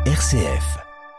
RCF.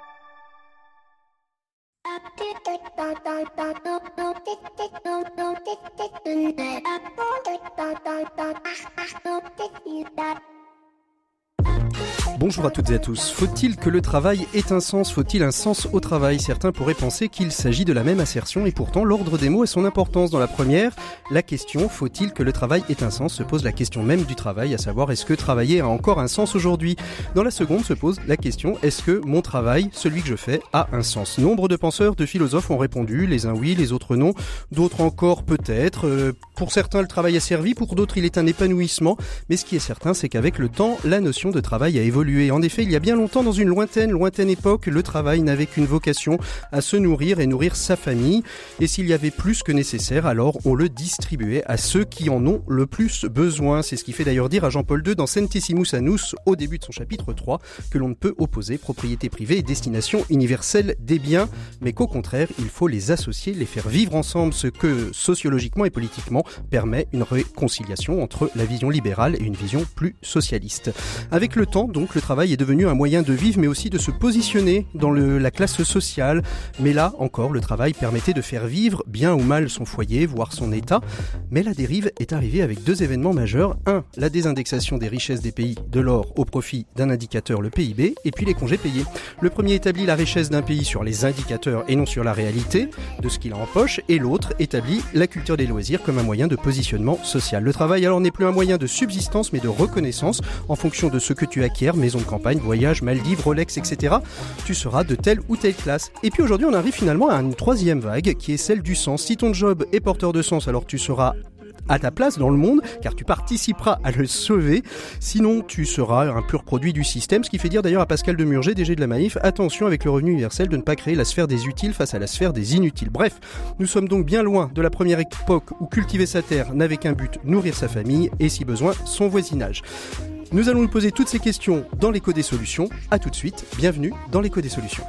Bonjour à toutes et à tous. Faut-il que le travail ait un sens ? Faut-il un sens au travail ? Certains pourraient penser qu'il s'agit de la même assertion et pourtant l'ordre des mots a son importance. Dans la première, la question « Faut-il que le travail ait un sens ?» se pose la question même du travail, à savoir est-ce que travailler a encore un sens aujourd'hui ? Dans la seconde se pose la question est-ce que mon travail, celui que je fais, a un sens ? Nombre de penseurs, de philosophes ont répondu, les uns oui, les autres non, d'autres encore peut-être. Pour certains, le travail a servi, pour d'autres, il est un épanouissement. Mais ce qui est certain, c'est qu'avec le temps, la notion de travail a évolué. En effet, il y a bien longtemps, dans une lointaine époque, le travail n'avait qu'une vocation, à se nourrir et nourrir sa famille. Et s'il y avait plus que nécessaire, alors on le distribuait à ceux qui en ont le plus besoin. C'est ce qui fait d'ailleurs dire à Jean-Paul II dans Centesimus Annus, au début de son chapitre 3, que l'on ne peut opposer propriété privée et destination universelle des biens, mais qu'au contraire, il faut les associer, les faire vivre ensemble, ce que sociologiquement et politiquement permet une réconciliation entre la vision libérale et une vision plus socialiste. Avec le temps, donc, le travail est devenu un moyen de vivre, mais aussi de se positionner dans la classe sociale. Mais là, encore, le travail permettait de faire vivre, bien ou mal, son foyer, voire son état. Mais la dérive est arrivée avec deux événements majeurs. Un, la désindexation des richesses des pays de l'or au profit d'un indicateur, le PIB, et puis les congés payés. Le premier établit la richesse d'un pays sur les indicateurs et non sur la réalité de ce qu'il a en poche, et l'autre établit la culture des loisirs comme un moyen de positionnement social. Le travail, alors, n'est plus un moyen de subsistance, mais de reconnaissance en fonction de ce que tu acquiers, maison de campagne, voyage, Maldives, Rolex, etc. Tu seras de telle ou telle classe. Et puis aujourd'hui, on arrive finalement à une troisième vague qui est celle du sens. Si ton job est porteur de sens, alors tu seras à ta place dans le monde, car tu participeras à le sauver. Sinon, tu seras un pur produit du système, ce qui fait dire d'ailleurs à Pascal Demurger, DG de la Maïf, attention avec le revenu universel de ne pas créer la sphère des utiles face à la sphère des inutiles. Bref, nous sommes donc bien loin de la première époque où cultiver sa terre n'avait qu'un but, nourrir sa famille et si besoin, son voisinage. Nous allons nous poser toutes ces questions dans l'écho des solutions. À tout de suite, bienvenue dans l'écho des solutions.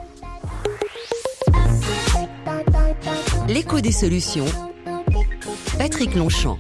L'écho des solutions. Patrick Longchamp.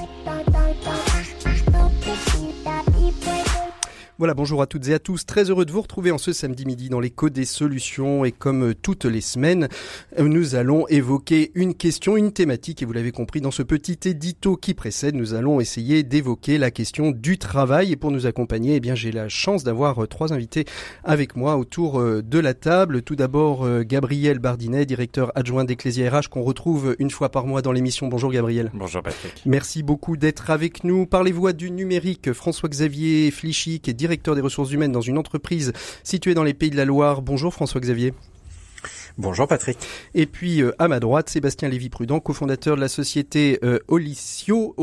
Voilà, bonjour à toutes et à tous. Très heureux de vous retrouver en ce samedi midi dans l'écho des solutions. Et comme toutes les semaines, nous allons évoquer une question, une thématique. Et vous l'avez compris, dans ce petit édito qui précède, nous allons essayer d'évoquer la question du travail. Et pour nous accompagner, eh bien, j'ai la chance d'avoir trois invités avec moi autour de la table. Tout d'abord, Gabriel Bardinet, directeur adjoint d'Ecclesia RH, qu'on retrouve une fois par mois dans l'émission. Bonjour Gabriel. Bonjour Patrick. Merci beaucoup d'être avec nous. Par les voies du numérique, François-Xavier Flichy, qui est directeur des ressources humaines dans une entreprise située dans les Pays de la Loire. Bonjour François-Xavier. Bonjour Patrick. Et puis à ma droite, Sébastien Lévy-Prudent, cofondateur de la société Olesio,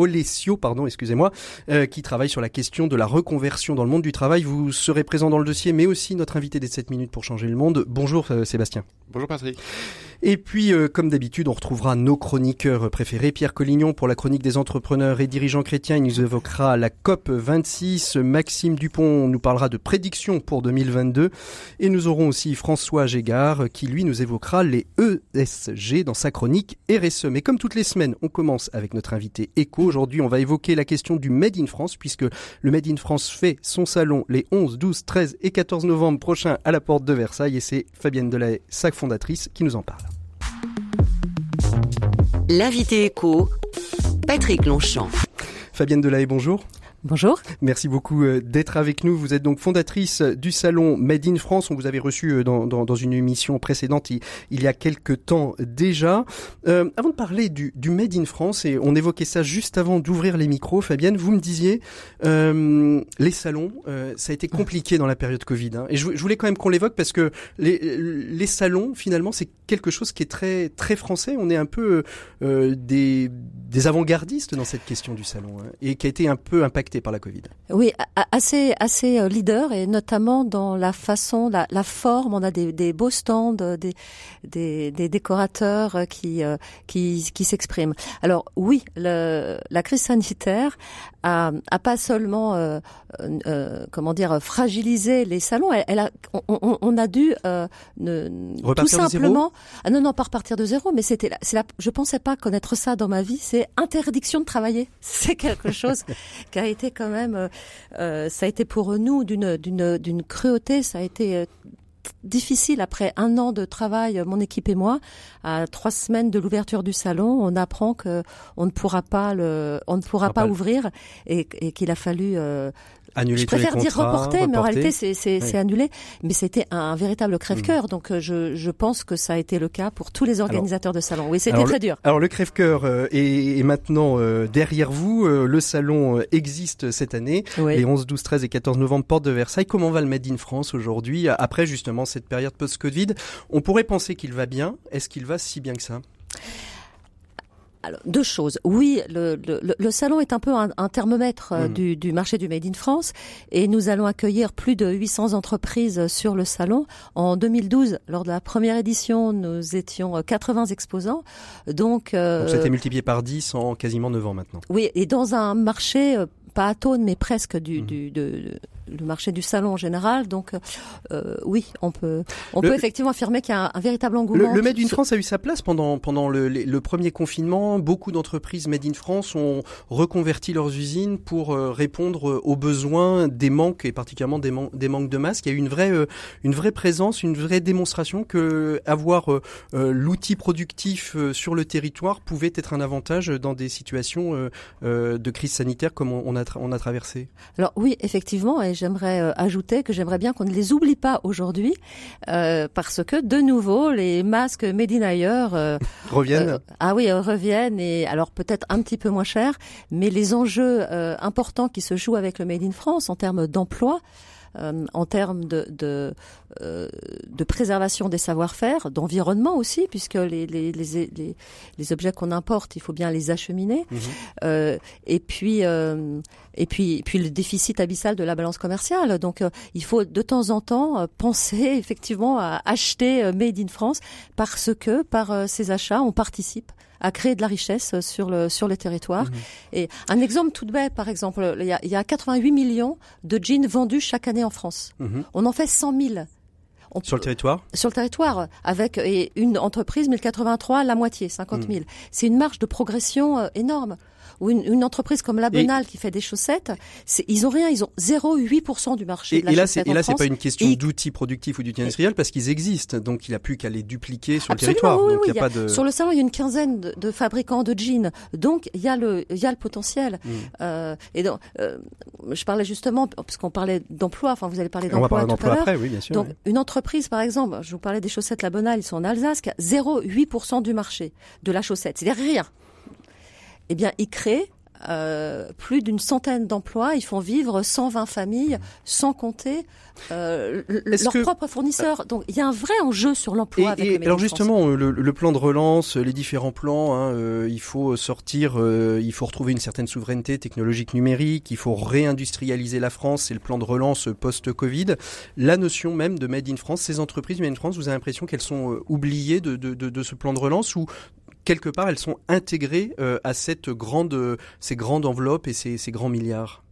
qui travaille sur la question de la reconversion dans le monde du travail. Vous serez présent dans le dossier, mais aussi notre invité des 7 minutes pour changer le monde. Bonjour Sébastien. Bonjour Patrick. Et puis, comme d'habitude, on retrouvera nos chroniqueurs préférés. Pierre Collignon pour la chronique des entrepreneurs et dirigeants chrétiens. Il nous évoquera la COP26. Maxime Dupont nous parlera de prédictions pour 2022. Et nous aurons aussi François Gégard qui, lui, nous évoquera les ESG dans sa chronique RSE. Mais comme toutes les semaines, on commence avec notre invité éco. Aujourd'hui, on va évoquer la question du Made in France, puisque le Made in France fait son salon les 11, 12, 13 et 14 novembre prochains à la porte de Versailles. Et c'est Fabienne Delahaye, sa fondatrice, qui nous en parle. L'invité écho, Patrick Longchamp. Fabienne Delahaye, bonjour. Bonjour. Merci beaucoup d'être avec nous. Vous êtes donc fondatrice du salon Made in France. On vous avait reçu dans une émission précédente il y a quelques temps déjà. Avant de parler du Made in France, et on évoquait ça juste avant d'ouvrir les micros, Fabienne, vous me disiez les salons, ça a été compliqué dans la période Covid. Hein. Et je voulais quand même qu'on l'évoque parce que les salons, finalement, c'est quelque chose qui est très, très français. On est un peu des avant-gardistes dans cette question du salon et qui a été un peu impacté par la Covid. Oui, assez leader, et notamment dans la façon, la forme. On a des beaux stands, des décorateurs qui s'expriment. Alors oui, la crise sanitaire a pas seulement fragiliser les salons. On a dû tout simplement pas repartir de zéro, mais je pensais pas connaître ça dans ma vie. C'est interdiction de travailler. C'est quelque chose qui a été quand même ça a été pour nous d'une cruauté. Ça a été difficile après 1 an de travail, mon équipe et moi, à 3 semaines de l'ouverture du salon, on apprend que on ne pourra pas ouvrir et qu'il a fallu annuler. Je préfère dire reporter, mais en réalité c'est annulé. Mais c'était un véritable crève-cœur. Donc je pense que ça a été le cas pour tous les organisateurs de salons. Oui, c'était très dur. Alors le crève-cœur est maintenant derrière vous. Le salon existe cette année, les 11, 12, 13 et 14 novembre, porte de Versailles. Comment va le Made in France aujourd'hui, après justement cette période post-Covid? On pourrait penser qu'il va bien. Est-ce qu'il va si bien que ça? Alors, 2 choses. Oui, le salon est un peu un thermomètre du marché du Made in France et nous allons accueillir plus de 800 entreprises sur le salon. En 2012, lors de la première édition, nous étions 80 exposants. Donc ça a été multiplié par 10 en quasiment 9 ans maintenant. Oui, et dans un marché pas atone, mais presque le marché du salon en général. Donc, oui, on peut effectivement affirmer qu'il y a un véritable engouement. Le Made in France a eu sa place pendant le premier confinement. Beaucoup d'entreprises Made in France ont reconverti leurs usines pour répondre aux besoins des manques, et particulièrement des manques de masques. Il y a eu une vraie présence, une vraie démonstration que avoir l'outil productif sur le territoire pouvait être un avantage dans des situations de crise sanitaire comme on a traversé. Alors oui, effectivement, et j'aimerais ajouter que j'aimerais bien qu'on ne les oublie pas aujourd'hui, parce que de nouveau, les masques made in ailleurs reviennent. Reviennent, et alors peut-être un petit peu moins cher, mais les enjeux importants qui se jouent avec le Made in France en termes d'emploi, en termes de préservation des savoir-faire, d'environnement aussi, puisque les objets qu'on importe, il faut bien les acheminer. Et puis le déficit abyssal de la balance commerciale. Donc il faut de temps en temps penser effectivement à acheter Made in France, parce que par ces achats, on participe à créer de la richesse sur le territoire. Et un exemple tout bête, par exemple, il y a 88 millions de jeans vendus chaque année en France. On en fait 100 000. Sur le territoire? Sur le territoire, avec une entreprise, 1083, la moitié, 50 000. C'est une marge de progression énorme. Ou une entreprise comme La Bonale qui fait des chaussettes, ils ont rien, ils ont 0,8% du marché de la chaussette en France. C'est pas une question d'outils productifs ou d'outils industriels, parce qu'ils existent, donc il n'y a plus qu'à les dupliquer sur Absolument, le territoire. Oui, donc, oui, y a pas de... Sur le salon, il y a une quinzaine de fabricants de jeans, donc il y a le potentiel. Et donc, je parlais justement, parce qu'on parlait d'emploi, enfin vous allez parler d'emploi. On va parler d'emploi après, oui, bien sûr. Donc une entreprise, par exemple, je vous parlais des chaussettes La Bonale, ils sont en Alsace, qui a 0,8% du marché de la chaussette, c'est-à-dire rien. Eh bien, ils créent plus d'une centaine d'emplois, ils font vivre 120 familles, sans compter leurs propres fournisseurs. Donc il y a un vrai enjeu sur l'emploi avec le Made in alors France. justement, le plan de relance, les différents plans, il faut sortir, il faut retrouver une certaine souveraineté technologique numérique, il faut réindustrialiser la France, c'est le plan de relance post-Covid. La notion même de Made in France, ces entreprises Made in France, vous avez l'impression qu'elles sont oubliées de ce plan de relance, ou quelque part, elles sont intégrées à ces grandes enveloppes et ces grands milliards?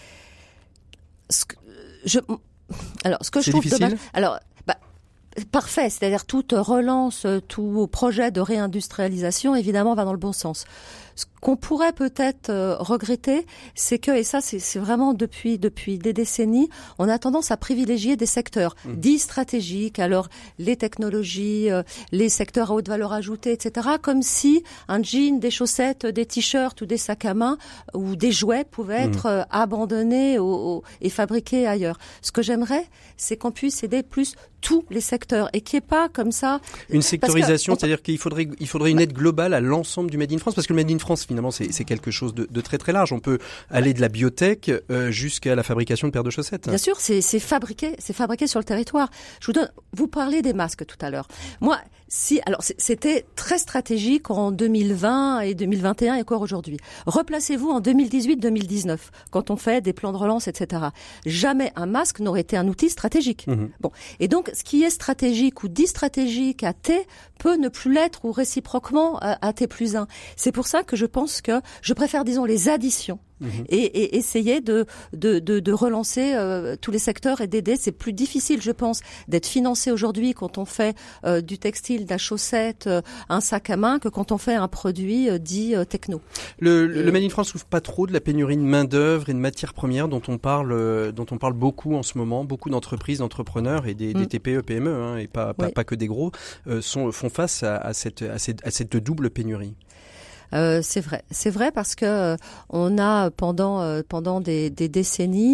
Ce que je trouve dommage. Alors, parfait, c'est-à-dire toute relance, tout projet de réindustrialisation, évidemment, va dans le bon sens. Ce qu'on pourrait peut-être regretter, c'est que, et ça c'est vraiment depuis des décennies, on a tendance à privilégier des secteurs dits stratégiques, alors les technologies, les secteurs à haute valeur ajoutée, etc., comme si un jean, des chaussettes, des t-shirts ou des sacs à main ou des jouets pouvaient être abandonnés et fabriqués ailleurs. Ce que j'aimerais, c'est qu'on puisse aider plus tous les secteurs et qu'il n'y ait pas comme ça... Une sectorisation, c'est-à-dire qu'il faudrait une aide globale à l'ensemble du Made in France, parce que le Made in France, finalement, c'est quelque chose de très très large. On peut aller de la biotech jusqu'à la fabrication de paires de chaussettes. Bien sûr, c'est fabriqué sur le territoire. Vous parlez des masques tout à l'heure. Moi, c'était très stratégique en 2020 et 2021 et encore aujourd'hui. Replacez-vous en 2018-2019, quand on fait des plans de relance, etc. Jamais un masque n'aurait été un outil stratégique. Bon, et donc ce qui est stratégique ou dit stratégique à T peut ne plus l'être ou réciproquement à T+1. C'est pour ça que je pense que je préfère, disons, les additions et essayer de relancer tous les secteurs et d'aider. C'est plus difficile, je pense, d'être financé aujourd'hui quand on fait du textile, de la chaussette, un sac à main, que quand on fait un produit dit techno. Le Made in France souffre pas trop de la pénurie de main d'œuvre et de matières premières dont on parle beaucoup en ce moment. Beaucoup d'entreprises, d'entrepreneurs et des TPE, PME, et pas que des gros, font face à cette double pénurie. C'est vrai parce que on a pendant des décennies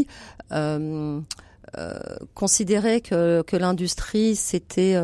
considérer que l'industrie c'était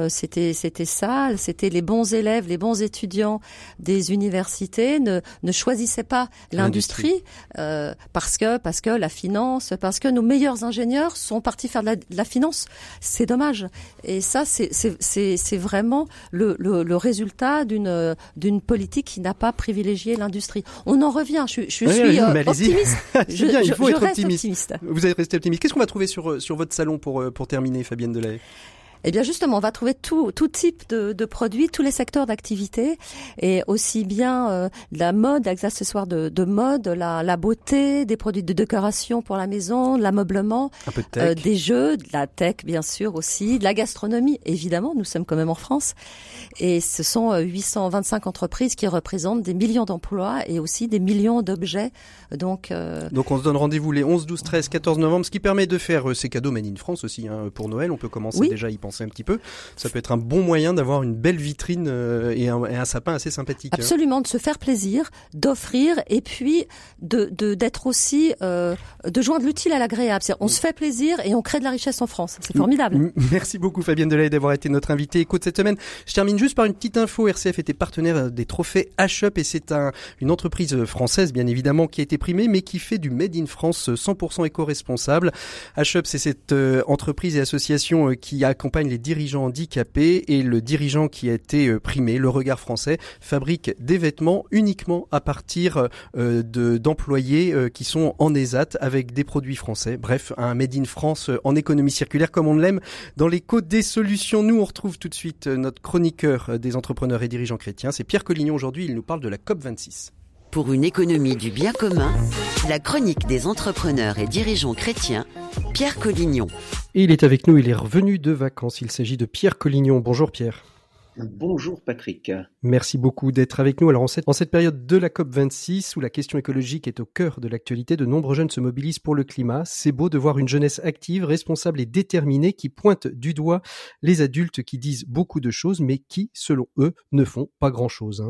sale, c'était les bons élèves, les bons étudiants des universités ne choisissaient pas l'industrie parce que la finance, parce que nos meilleurs ingénieurs sont partis faire de la finance. C'est dommage. Et ça c'est vraiment le résultat d'une politique qui n'a pas privilégié l'industrie. On en revient. Je suis optimiste. C'est bien, il faut être reste optimiste. Vous êtes resté optimiste. Qu'est-ce qu'on va trouver sur votre salon pour terminer, Fabienne Delahaye? Eh bien justement, on va trouver tout type de produits, tous les secteurs d'activité, et aussi bien la mode, les accessoires de mode, la beauté, des produits de décoration pour la maison, l'ameublement, un peu de tech. Des jeux, de la tech bien sûr aussi, de la gastronomie évidemment, nous sommes quand même en France, et ce sont 825 entreprises qui représentent des millions d'emplois et aussi des millions d'objets. Donc on se donne rendez-vous les 11, 12, 13, 14 novembre, ce qui permet de faire ces cadeaux Made in France aussi pour Noël. On peut commencer déjà à y penser un petit peu. Ça peut être un bon moyen d'avoir une belle vitrine et un sapin assez sympathique. Absolument, de se faire plaisir, d'offrir et puis d'être aussi de joindre l'utile à l'agréable. On se fait plaisir et on crée de la richesse en France. C'est formidable. Merci beaucoup Fabienne Delahaye d'avoir été notre invitée éco de cette semaine. Je termine juste par une petite info. RCF était partenaire des trophées H-Up et c'est une entreprise française bien évidemment qui a été primée mais qui fait du Made in France 100% éco-responsable. H-Up, c'est cette entreprise et association qui accompagne les dirigeants handicapés, et le dirigeant qui a été primé, le Regard Français, fabrique des vêtements uniquement à partir d'employés qui sont en ESAT avec des produits français. Bref, un Made in France en économie circulaire comme on l'aime dans l'éco des solutions. Nous, on retrouve tout de suite notre chroniqueur des entrepreneurs et dirigeants chrétiens. C'est Pierre Collignon aujourd'hui, il nous parle de la COP26. Pour une économie du bien commun, la chronique des entrepreneurs et dirigeants chrétiens, Pierre Collignon. Et il est avec nous, il est revenu de vacances. Il s'agit de Pierre Collignon. Bonjour Pierre. Bonjour Patrick. Merci beaucoup d'être avec nous. Alors en cette période de la COP26 où la question écologique est au cœur de l'actualité, de nombreux jeunes se mobilisent pour le climat. C'est beau de voir une jeunesse active, responsable et déterminée qui pointe du doigt les adultes qui disent beaucoup de choses mais qui, selon eux, ne font pas grand-chose.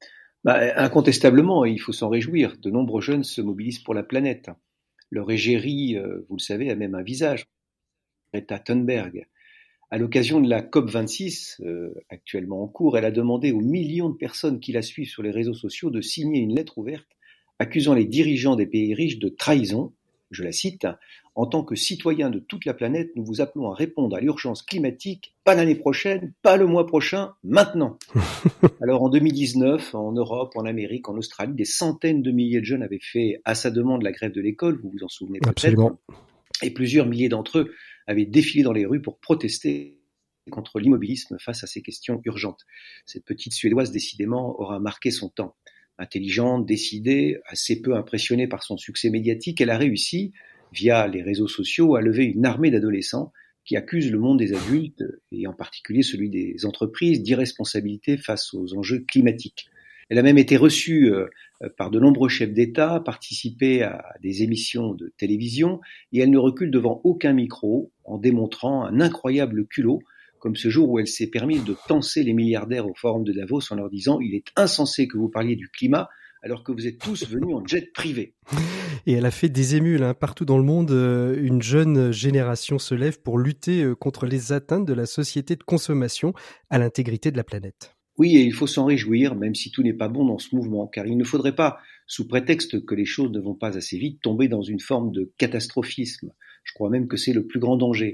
Incontestablement, il faut s'en réjouir. De nombreux jeunes se mobilisent pour la planète. Leur égérie, vous le savez, a même un visage. Greta Thunberg. À l'occasion de la COP26, actuellement en cours, elle a demandé aux millions de personnes qui la suivent sur les réseaux sociaux de signer une lettre ouverte accusant les dirigeants des pays riches de trahison. Je la cite, « En tant que citoyens de toute la planète, nous vous appelons à répondre à l'urgence climatique, pas l'année prochaine, pas le mois prochain, maintenant ». Alors en 2019, en Europe, en Amérique, en Australie, des centaines de milliers de jeunes avaient fait à sa demande la grève de l'école, vous vous en souvenez peut-être. Absolument. Et plusieurs milliers d'entre eux avaient défilé dans les rues pour protester contre l'immobilisme face à ces questions urgentes. Cette petite Suédoise, décidément, aura marqué son temps. Intelligente, décidée, assez peu impressionnée par son succès médiatique, elle a réussi, via les réseaux sociaux, à lever une armée d'adolescents qui accusent le monde des adultes, et en particulier celui des entreprises, d'irresponsabilité face aux enjeux climatiques. Elle a même été reçue par de nombreux chefs d'État, participé à des émissions de télévision, et elle ne recule devant aucun micro en démontrant un incroyable culot, comme ce jour où elle s'est permis de tancer les milliardaires au forum de Davos en leur disant « Il est insensé que vous parliez du climat alors que vous êtes tous venus en jet privé ». Et elle a fait des émules partout dans le monde. Une jeune génération se lève pour lutter contre les atteintes de la société de consommation à l'intégrité de la planète. Oui, et il faut s'en réjouir, même si tout n'est pas bon dans ce mouvement, car il ne faudrait pas, sous prétexte que les choses ne vont pas assez vite, tomber dans une forme de catastrophisme. Je crois même que c'est le plus grand danger.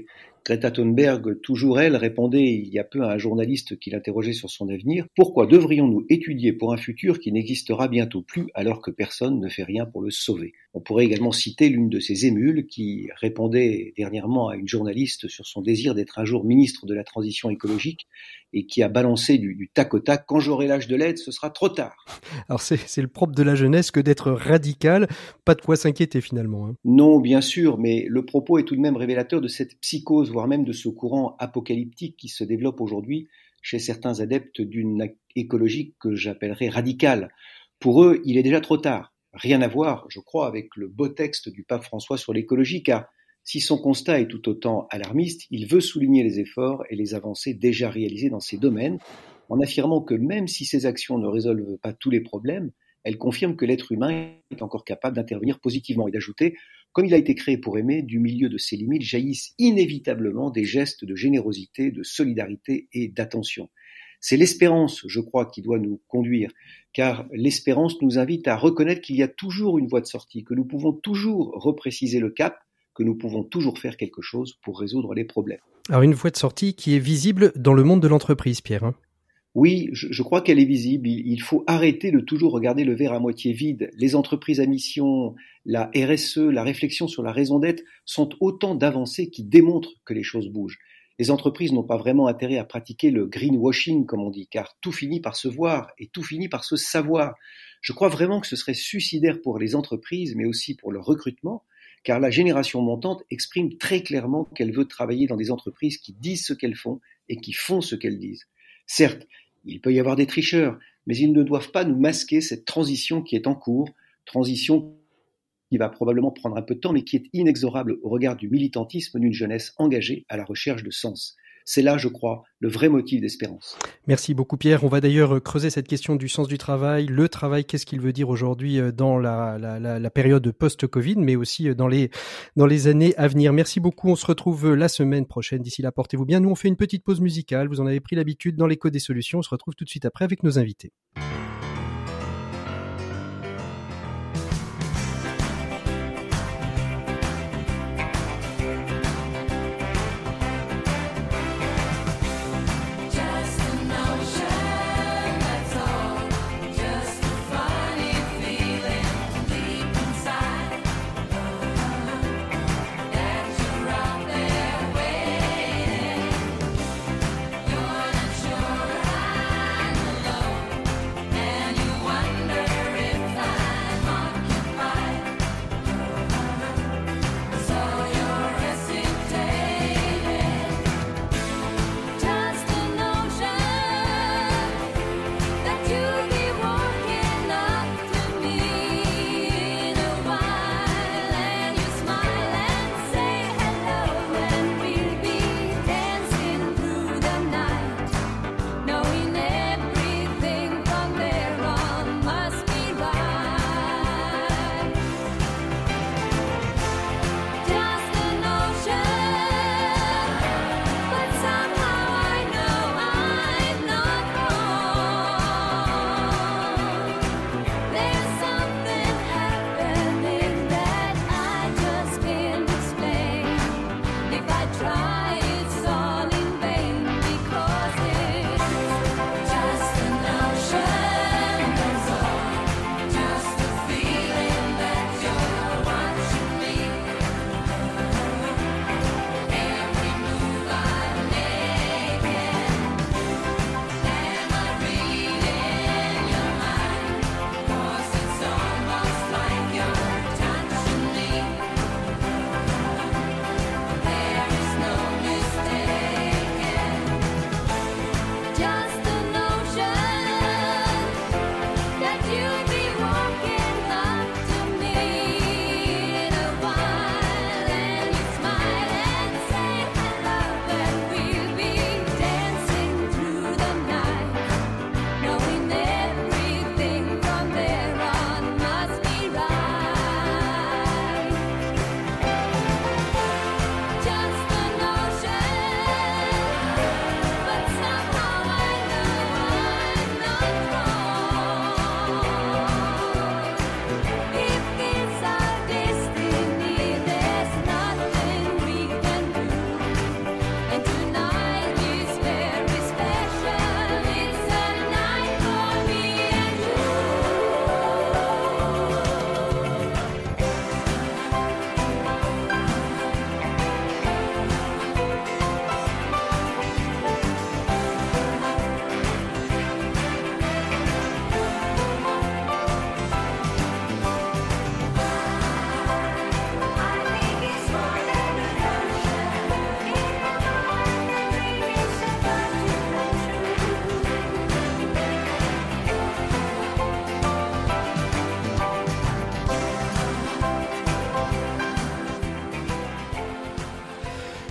Greta Thunberg, toujours elle, répondait il y a peu à un journaliste qui l'interrogeait sur son avenir. Pourquoi devrions-nous étudier pour un futur qui n'existera bientôt plus alors que personne ne fait rien pour le sauver? On pourrait également citer l'une de ces émules qui répondait dernièrement à une journaliste sur son désir d'être un jour ministre de la transition écologique et qui a balancé du tac au tac: quand j'aurai l'âge de l'aide, ce sera trop tard. Alors c'est le propre de la jeunesse que d'être radical, pas de quoi s'inquiéter finalement. Non, bien sûr, mais le propos est tout de même révélateur de cette psychose, voire même de ce courant apocalyptique qui se développe aujourd'hui chez certains adeptes d'une écologie que j'appellerais radicale. Pour eux, il est déjà trop tard. Rien à voir, je crois, avec le beau texte du pape François sur l'écologie, car si son constat est tout autant alarmiste, il veut souligner les efforts et les avancées déjà réalisées dans ces domaines, en affirmant que même si ces actions ne résolvent pas tous les problèmes, elles confirment que l'être humain est encore capable d'intervenir positivement, et d'ajouter: comme il a été créé pour aimer, du milieu de ses limites jaillissent inévitablement des gestes de générosité, de solidarité et d'attention. C'est l'espérance, je crois, qui doit nous conduire, car l'espérance nous invite à reconnaître qu'il y a toujours une voie de sortie, que nous pouvons toujours repréciser le cap, que nous pouvons toujours faire quelque chose pour résoudre les problèmes. Alors une voie de sortie qui est visible dans le monde de l'entreprise, Pierre. Oui, je crois qu'elle est visible. Il faut arrêter de toujours regarder le verre à moitié vide. Les entreprises à mission, la RSE, la réflexion sur la raison d'être sont autant d'avancées qui démontrent que les choses bougent. Les entreprises n'ont pas vraiment intérêt à pratiquer le greenwashing, comme on dit, car tout finit par se voir et tout finit par se savoir. Je crois vraiment que ce serait suicidaire pour les entreprises, mais aussi pour leur recrutement, car la génération montante exprime très clairement qu'elle veut travailler dans des entreprises qui disent ce qu'elles font et qui font ce qu'elles disent. Certes, il peut y avoir des tricheurs, mais ils ne doivent pas nous masquer cette transition qui est en cours, transition qui va probablement prendre un peu de temps, mais qui est inexorable au regard du militantisme d'une jeunesse engagée à la recherche de sens. C'est là, je crois, le vrai motif d'espérance. Merci beaucoup Pierre. On va d'ailleurs creuser cette question du sens du travail. Le travail, qu'est-ce qu'il veut dire aujourd'hui dans la période post-Covid, mais aussi dans les années à venir. Merci beaucoup. On se retrouve la semaine prochaine. D'ici là, portez-vous bien. Nous, on fait une petite pause musicale. Vous en avez pris l'habitude dans l'écho des solutions. On se retrouve tout de suite après avec nos invités.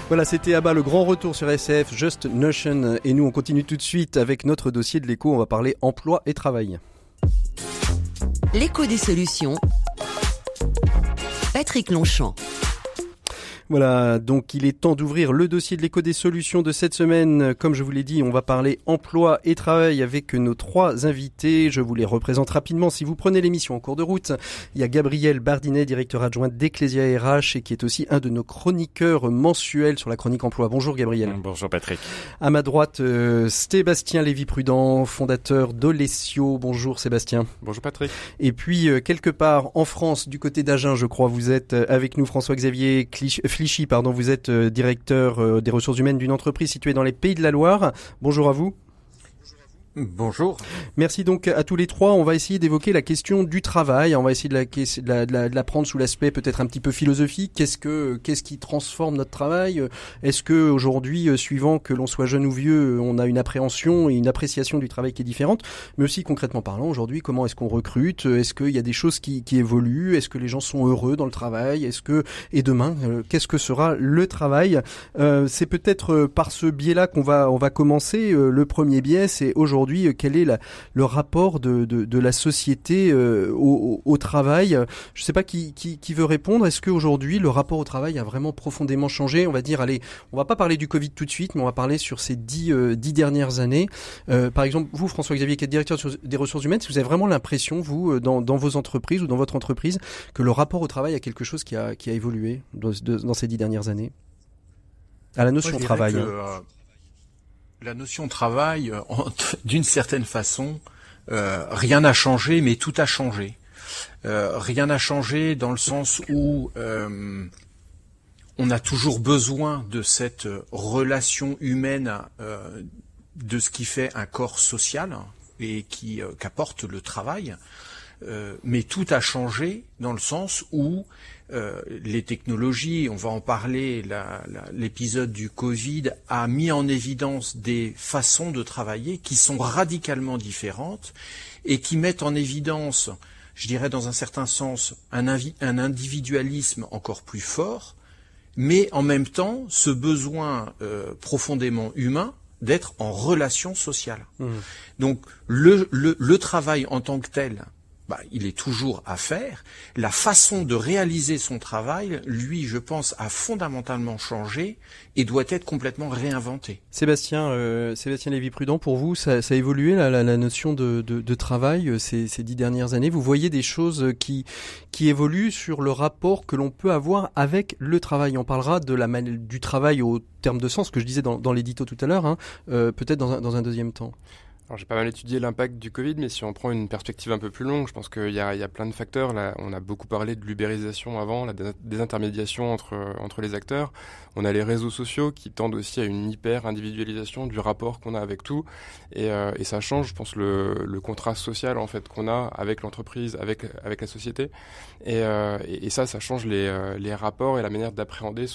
Voilà, c'était Abba, le grand retour sur SF, Just Notion. Et nous, on continue tout de suite avec notre dossier de l'écho. On va parler emploi et travail. L'écho des solutions. Patrick Longchamp. Voilà, donc il est temps d'ouvrir le dossier de l'écho des solutions de cette semaine. Comme je vous l'ai dit, on va parler emploi et travail avec nos 3 invités. Je vous les représente rapidement. Si vous prenez l'émission en cours de route, il y a Gabriel Bardinet, directeur adjoint d'Ecclesia RH et qui est aussi un de nos chroniqueurs mensuels sur la chronique emploi. Bonjour Gabriel. Bonjour Patrick. À ma droite, Sébastien Lévy-Prudent, fondateur d'Olesio. Bonjour Sébastien. Bonjour Patrick. Et puis, quelque part en France, du côté d'Agen, je crois, vous êtes avec nous, François-Xavier Flichy, vous êtes directeur des ressources humaines d'une entreprise située dans les Pays de la Loire. Bonjour à vous. Bonjour. Merci donc à tous les 3. On va essayer d'évoquer la question du travail. On va essayer de la prendre sous l'aspect peut-être un petit peu philosophique. Qu'est-ce qui transforme notre travail ? Est-ce que aujourd'hui, suivant que l'on soit jeune ou vieux, on a une appréhension et une appréciation du travail qui est différente ? Mais aussi concrètement parlant, aujourd'hui, comment est-ce qu'on recrute ? Est-ce qu'il y a des choses qui évoluent ? Est-ce que les gens sont heureux dans le travail ? Et demain, qu'est-ce que sera le travail ? C'est peut-être par ce biais-là qu'on va commencer. Le premier biais, c'est aujourd'hui quel est le rapport de la société au travail. Je ne sais pas qui veut répondre. Est-ce qu'aujourd'hui, le rapport au travail a vraiment profondément changé ? On va dire, allez, on va pas parler du Covid tout de suite, mais on va parler sur ces 10 dernières années. Par exemple, vous, François-Xavier, qui êtes directeur des ressources humaines, est-ce que vous avez vraiment l'impression, vous, dans vos entreprises ou dans votre entreprise, que le rapport au travail a quelque chose qui a évolué dans ces 10 dernières années ? À la notion de travail. La notion travail, d'une certaine façon, rien n'a changé, mais tout a changé. Rien n'a changé dans le sens où on a toujours besoin de cette relation humaine, de ce qui fait un corps social et qu'apporte le travail. Mais tout a changé dans le sens où les technologies, on va en parler, l'épisode du Covid a mis en évidence des façons de travailler qui sont radicalement différentes et qui mettent en évidence, je dirais dans un certain sens, un individualisme encore plus fort, mais en même temps ce besoin profondément humain d'être en relation sociale. Donc le travail en tant que tel, il est toujours à faire. La façon de réaliser son travail, lui, je pense, a fondamentalement changé et doit être complètement réinventé. Sébastien Lévy-Prudent, pour vous, ça a évolué la notion de travail ces 10 dernières années. Vous voyez des choses qui évoluent sur le rapport que l'on peut avoir avec le travail. On parlera du travail au terme de sens que je disais dans l'édito tout à l'heure, peut-être dans un deuxième temps. Alors j'ai pas mal étudié l'impact du Covid, mais si on prend une perspective un peu plus longue, je pense qu'il y a plein de facteurs. Là, on a beaucoup parlé de l'ubérisation avant, la désintermédiation entre les acteurs. On a les réseaux sociaux qui tendent aussi à une hyper-individualisation du rapport qu'on a avec tout. Et ça change, je pense, le contrat social en fait qu'on a avec l'entreprise, avec la société. Et ça change les rapports et la manière d'appréhender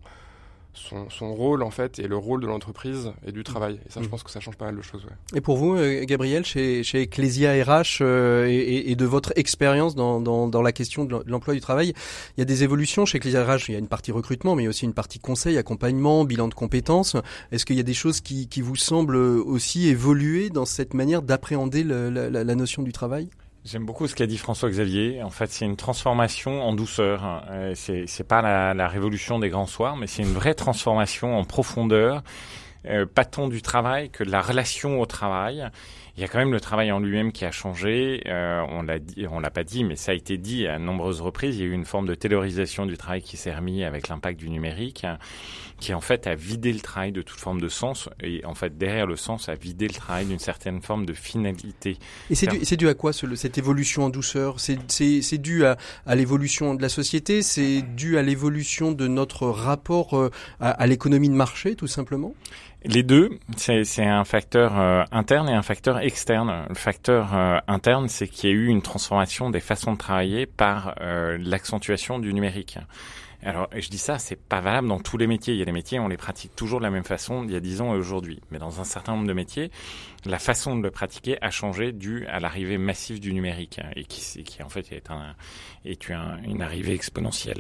son rôle en fait et le rôle de l'entreprise et du travail. Et ça, je pense que ça change pas mal de choses. Ouais. Et pour vous, Gabriel, chez Ecclesia RH et de votre expérience dans la question de l'emploi du travail, il y a des évolutions chez Ecclesia RH. Il y a une partie recrutement, mais il y a aussi une partie conseil, accompagnement, bilan de compétences. Est-ce qu'il y a des choses qui vous semblent aussi évoluer dans cette manière d'appréhender la notion du travail ? J'aime beaucoup ce qu'a dit François-Xavier. En fait, c'est une transformation en douceur. C'est pas la révolution des grands soirs, mais c'est une vraie transformation en profondeur. Pas tant du travail que de la relation au travail. Il y a quand même le travail en lui-même qui a changé. On l'a pas dit, mais ça a été dit à nombreuses reprises. Il y a eu une forme de taylorisation du travail qui s'est remis avec l'impact du numérique, qui en fait a vidé le travail de toute forme de sens. Et en fait, derrière le sens, a vidé le travail d'une certaine forme de finalité. Et c'est dû à quoi cette évolution en douceur ? C'est dû à l'évolution de la société ? C'est dû à l'évolution de notre rapport à l'économie de marché, tout simplement ? Les deux, c'est un facteur interne et un facteur externe. Le facteur interne, c'est qu'il y a eu une transformation des façons de travailler par l'accentuation du numérique. Alors, je dis ça, c'est pas valable dans tous les métiers. Il y a des métiers, on les pratique toujours de la même façon il y a 10 ans et aujourd'hui. Mais dans un certain nombre de métiers, la façon de le pratiquer a changé dû à l'arrivée massive du numérique et qui en fait est une arrivée exponentielle.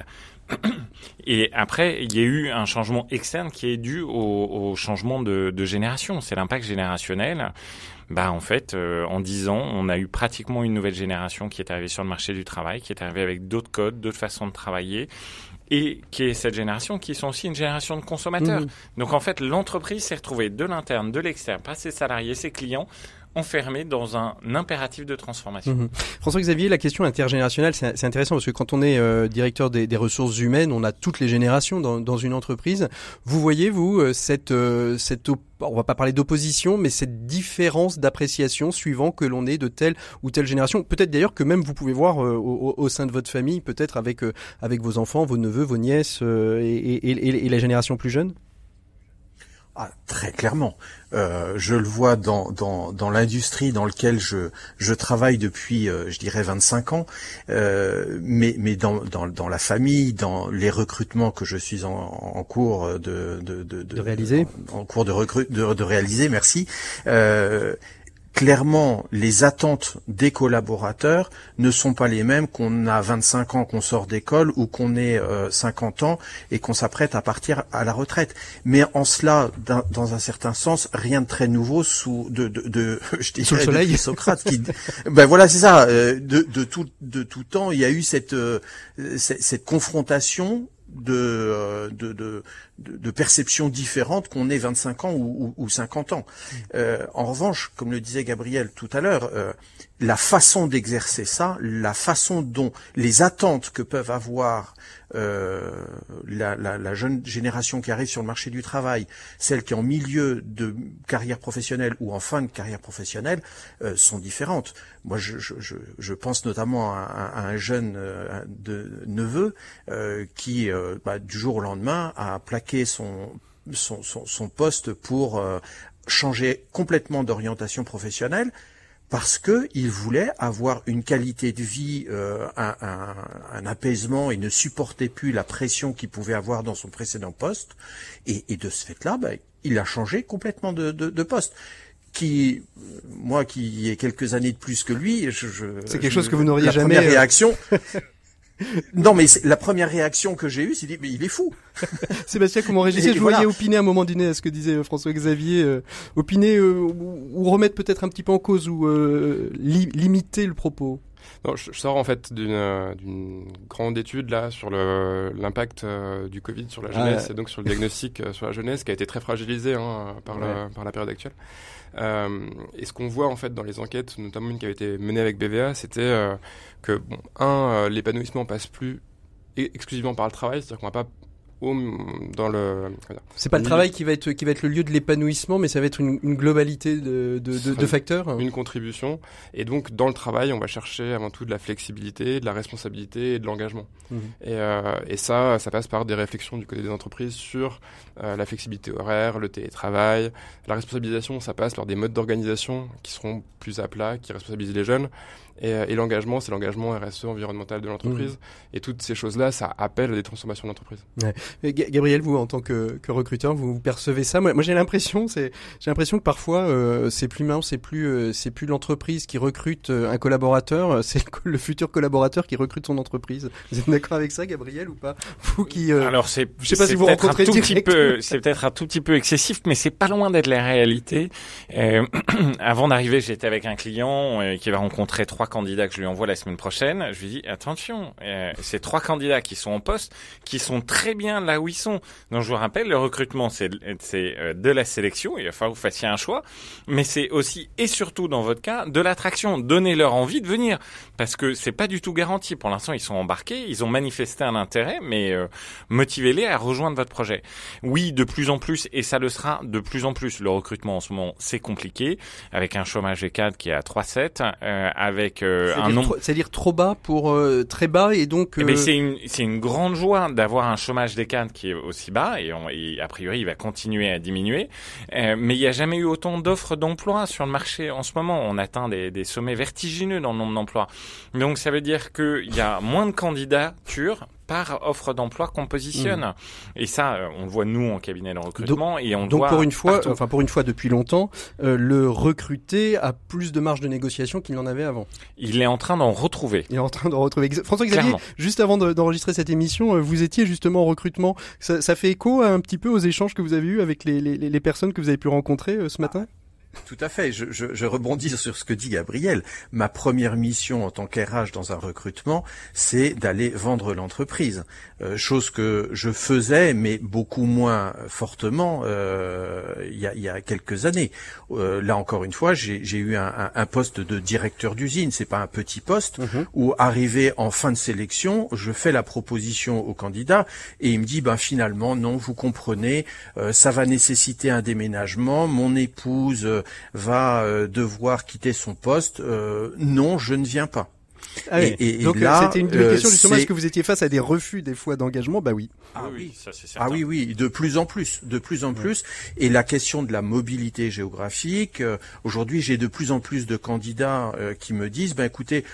Et après, il y a eu un changement externe qui est dû au changement de génération. C'est l'impact générationnel. En fait, en 10 ans, on a eu pratiquement une nouvelle génération qui est arrivée sur le marché du travail, qui est arrivée avec d'autres codes, d'autres façons de travailler, et qui est cette génération qui sont aussi une génération de consommateurs. Donc en fait, l'entreprise s'est retrouvée de l'interne, de l'externe, par ses salariés, ses clients, enfermés dans un impératif de transformation. François-Xavier, la question intergénérationnelle, c'est intéressant parce que quand on est directeur des ressources humaines, on a toutes les générations dans une entreprise. Vous voyez, vous, cette on va pas parler d'opposition, mais cette différence d'appréciation suivant que l'on est de telle ou telle génération. Peut-être d'ailleurs que même vous pouvez voir au sein de votre famille, peut-être avec vos enfants, vos neveux, vos nièces et la génération plus jeune. Ah, très clairement. Je le vois dans l'industrie dans laquelle je travaille depuis, je dirais 25 ans, mais dans la famille, dans les recrutements que je suis en cours de réaliser, en cours de réaliser, merci. Clairement, les attentes des collaborateurs ne sont pas les mêmes qu'on a 25 ans, qu'on sort d'école ou qu'on ait 50 ans et qu'on s'apprête à partir à la retraite. Mais en cela, dans un certain sens, rien de très nouveau sous je dirais, sous le soleil. Depuis Socrate qui, voilà, c'est ça. De tout temps, il y a eu cette confrontation de perceptions différentes qu'on ait 25 ans ou 50 ans. En revanche, comme le disait Gabriel tout à l'heure, la façon d'exercer ça, la façon dont les attentes que peuvent avoir la jeune génération qui arrive sur le marché du travail, celle qui est en milieu de carrière professionnelle ou en fin de carrière professionnelle, sont différentes. Moi, je pense notamment à un jeune neveu qui, du jour au lendemain, a plaqué son poste pour changer complètement d'orientation professionnelle parce que il voulait avoir une qualité de vie, un apaisement et ne supportait plus la pression qu'il pouvait avoir dans son précédent poste. Et de ce fait-là, il a changé complètement de poste. Moi qui ai quelques années de plus que lui, c'est quelque chose que vous n'auriez jamais. Première réaction. Non, mais la première réaction que j'ai eue, c'est dit, mais il est fou. Sébastien, comment réagissez-vous? Je vous voyais opiner à un moment donné à ce que disait François-Xavier, opiner ou remettre peut-être un petit peu en cause ou limiter le propos. Non, je sors en fait d'une grande étude là sur l'impact du Covid sur la jeunesse et donc sur le diagnostic sur la jeunesse qui a été très fragilisé par la période actuelle. Et ce qu'on voit en fait dans les enquêtes, notamment une qui avait été menée avec BVA, c'était que l'épanouissement passe plus exclusivement par le travail, c'est-à-dire qu'on va pas c'est pas le travail qui va être le lieu de l'épanouissement, mais ça va être une globalité de facteurs. Une contribution. Et donc, dans le travail, on va chercher avant tout de la flexibilité, de la responsabilité et de l'engagement. Et ça passe par des réflexions du côté des entreprises sur la flexibilité horaire, le télétravail. La responsabilisation, ça passe par des modes d'organisation qui seront plus à plat, qui responsabilisent les jeunes. Et l'engagement, c'est l'engagement RSE environnemental de l'entreprise. Et toutes ces choses-là, ça appelle à des transformations de l'entreprise. Ouais. Gabriel, vous, en tant que recruteur, vous percevez ça? Moi, j'ai l'impression que parfois, c'est plus mince, c'est plus l'entreprise qui recrute un collaborateur, c'est le futur collaborateur qui recrute son entreprise. Vous êtes d'accord avec ça, Gabriel, ou pas? Vous qui, alors je sais pas si vous rencontrez c'est peut-être un tout petit peu excessif, mais c'est pas loin d'être la réalité. Avant d'arriver, j'étais avec un client qui va rencontrer 3 candidats que je lui envoie la semaine prochaine. Je lui dis, attention, ces 3 candidats qui sont en poste, qui sont très bien là où ils sont. Donc je vous rappelle, le recrutement, c'est de la sélection, il va falloir que vous fassiez un choix, mais c'est aussi et surtout dans votre cas de l'attraction. Donnez-leur envie de venir, parce que c'est pas du tout garanti. Pour l'instant, ils sont embarqués, ils ont manifesté un intérêt, mais motivez-les à rejoindre votre projet. Oui, de plus en plus, et ça le sera de plus en plus. Le recrutement en ce moment, c'est compliqué, avec un chômage des cadres qui est à 3,7, avec un nombre... C'est-à-dire trop bas pour très bas, et donc... c'est une grande joie d'avoir un chômage des cadres qui est aussi bas, et a priori, il va continuer à diminuer. Mais il n'y a jamais eu autant d'offres d'emploi sur le marché en ce moment. On atteint des sommets vertigineux dans le nombre d'emplois. Donc ça veut dire qu'il y a moins de candidatures par offre d'emploi qu'on positionne. Et ça, on le voit nous en cabinet de recrutement et on donc doit pour une fois depuis longtemps, le recruté a plus de marge de négociation qu'il n'en avait avant. Il est en train d'en retrouver. François-Xavier, juste avant d'enregistrer cette émission, vous étiez justement en recrutement. Ça fait écho un petit peu aux échanges que vous avez eus avec les personnes que vous avez pu rencontrer ce matin? Tout à fait. Je rebondis sur ce que dit Gabriel. Ma première mission en tant qu'RH dans un recrutement, c'est d'aller vendre l'entreprise. Chose que je faisais, mais beaucoup moins fortement il y a quelques années. Là encore une fois, j'ai eu un poste de directeur d'usine. C'est pas un petit poste où, arrivé en fin de sélection, je fais la proposition au candidat et il me dit finalement non, vous comprenez, ça va nécessiter un déménagement. Mon épouse va devoir quitter son poste. Non, je ne viens pas. Ah oui. Et donc là, c'était une question justement, est-ce que vous étiez face à des refus des fois d'engagement? Bah oui. Ah oui, ça c'est certain. Ah oui, de plus en plus. Et la question de la mobilité géographique, aujourd'hui j'ai de plus en plus de candidats qui me disent, écoutez,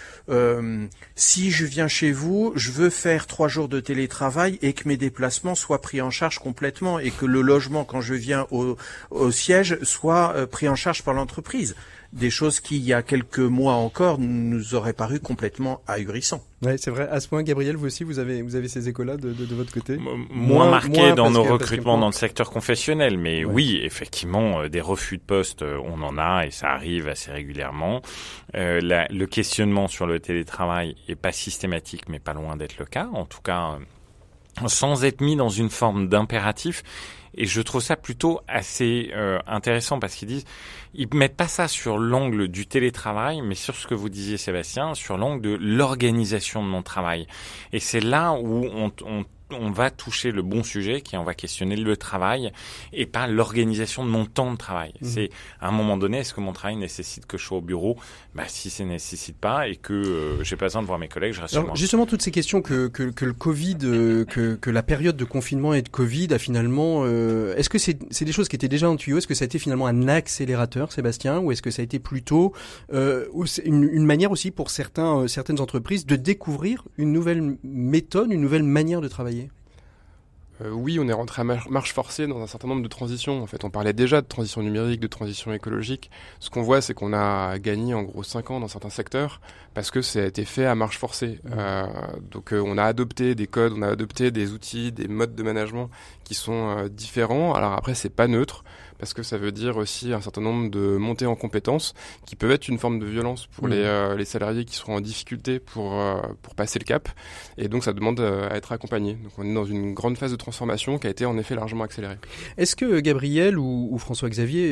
si je viens chez vous, je veux faire 3 jours de télétravail et que mes déplacements soient pris en charge complètement et que le logement quand je viens au siège soit pris en charge par l'entreprise. Des choses qui, il y a quelques mois encore, nous auraient paru complètement ahurissants. Ouais, c'est vrai. À ce point, Gabriel, vous aussi, vous avez ces échos-là de votre côté? Moins marqués dans nos recrutements dans le secteur confessionnel, mais oui, effectivement, des refus de poste, on en a et ça arrive assez régulièrement. Le questionnement sur le télétravail est pas systématique, mais pas loin d'être le cas. En tout cas, sans être mis dans une forme d'impératif. Et je trouve ça plutôt assez intéressant parce ils mettent pas ça sur l'angle du télétravail, mais sur ce que vous disiez Sébastien, sur l'angle de l'organisation de mon travail. Et c'est là où on va toucher le bon sujet, qui on va questionner le travail et pas l'organisation de mon temps de travail. C'est à un moment donné, est-ce que mon travail nécessite que je sois au bureau? Si ça ne nécessite pas et que j'ai pas besoin de voir mes collègues, je reste chez moi. Justement, toutes ces questions que le Covid, que la période de confinement et de Covid a finalement, est-ce que c'est des choses qui étaient déjà en tuyau? Est-ce que ça a été finalement un accélérateur, Sébastien, ou est-ce que ça a été plutôt une manière aussi pour certaines entreprises de découvrir une nouvelle méthode, une nouvelle manière de travailler? Oui, on est rentré à marche forcée dans un certain nombre de transitions. En fait, on parlait déjà de transition numérique, de transition écologique. Ce qu'on voit, c'est qu'on a gagné en gros 5 ans dans certains secteurs parce que ça a été fait à marche forcée. Donc, on a adopté des codes, on a adopté des outils, des modes de management qui sont différents. Alors après, c'est pas neutre parce que ça veut dire aussi un certain nombre de montées en compétences qui peuvent être une forme de violence pour les salariés qui seront en difficulté pour passer le cap. Et donc, ça demande à être accompagné. Donc, on est dans une grande phase de transformation qui a été en effet largement accélérée. Est-ce que Gabriel ou François-Xavier,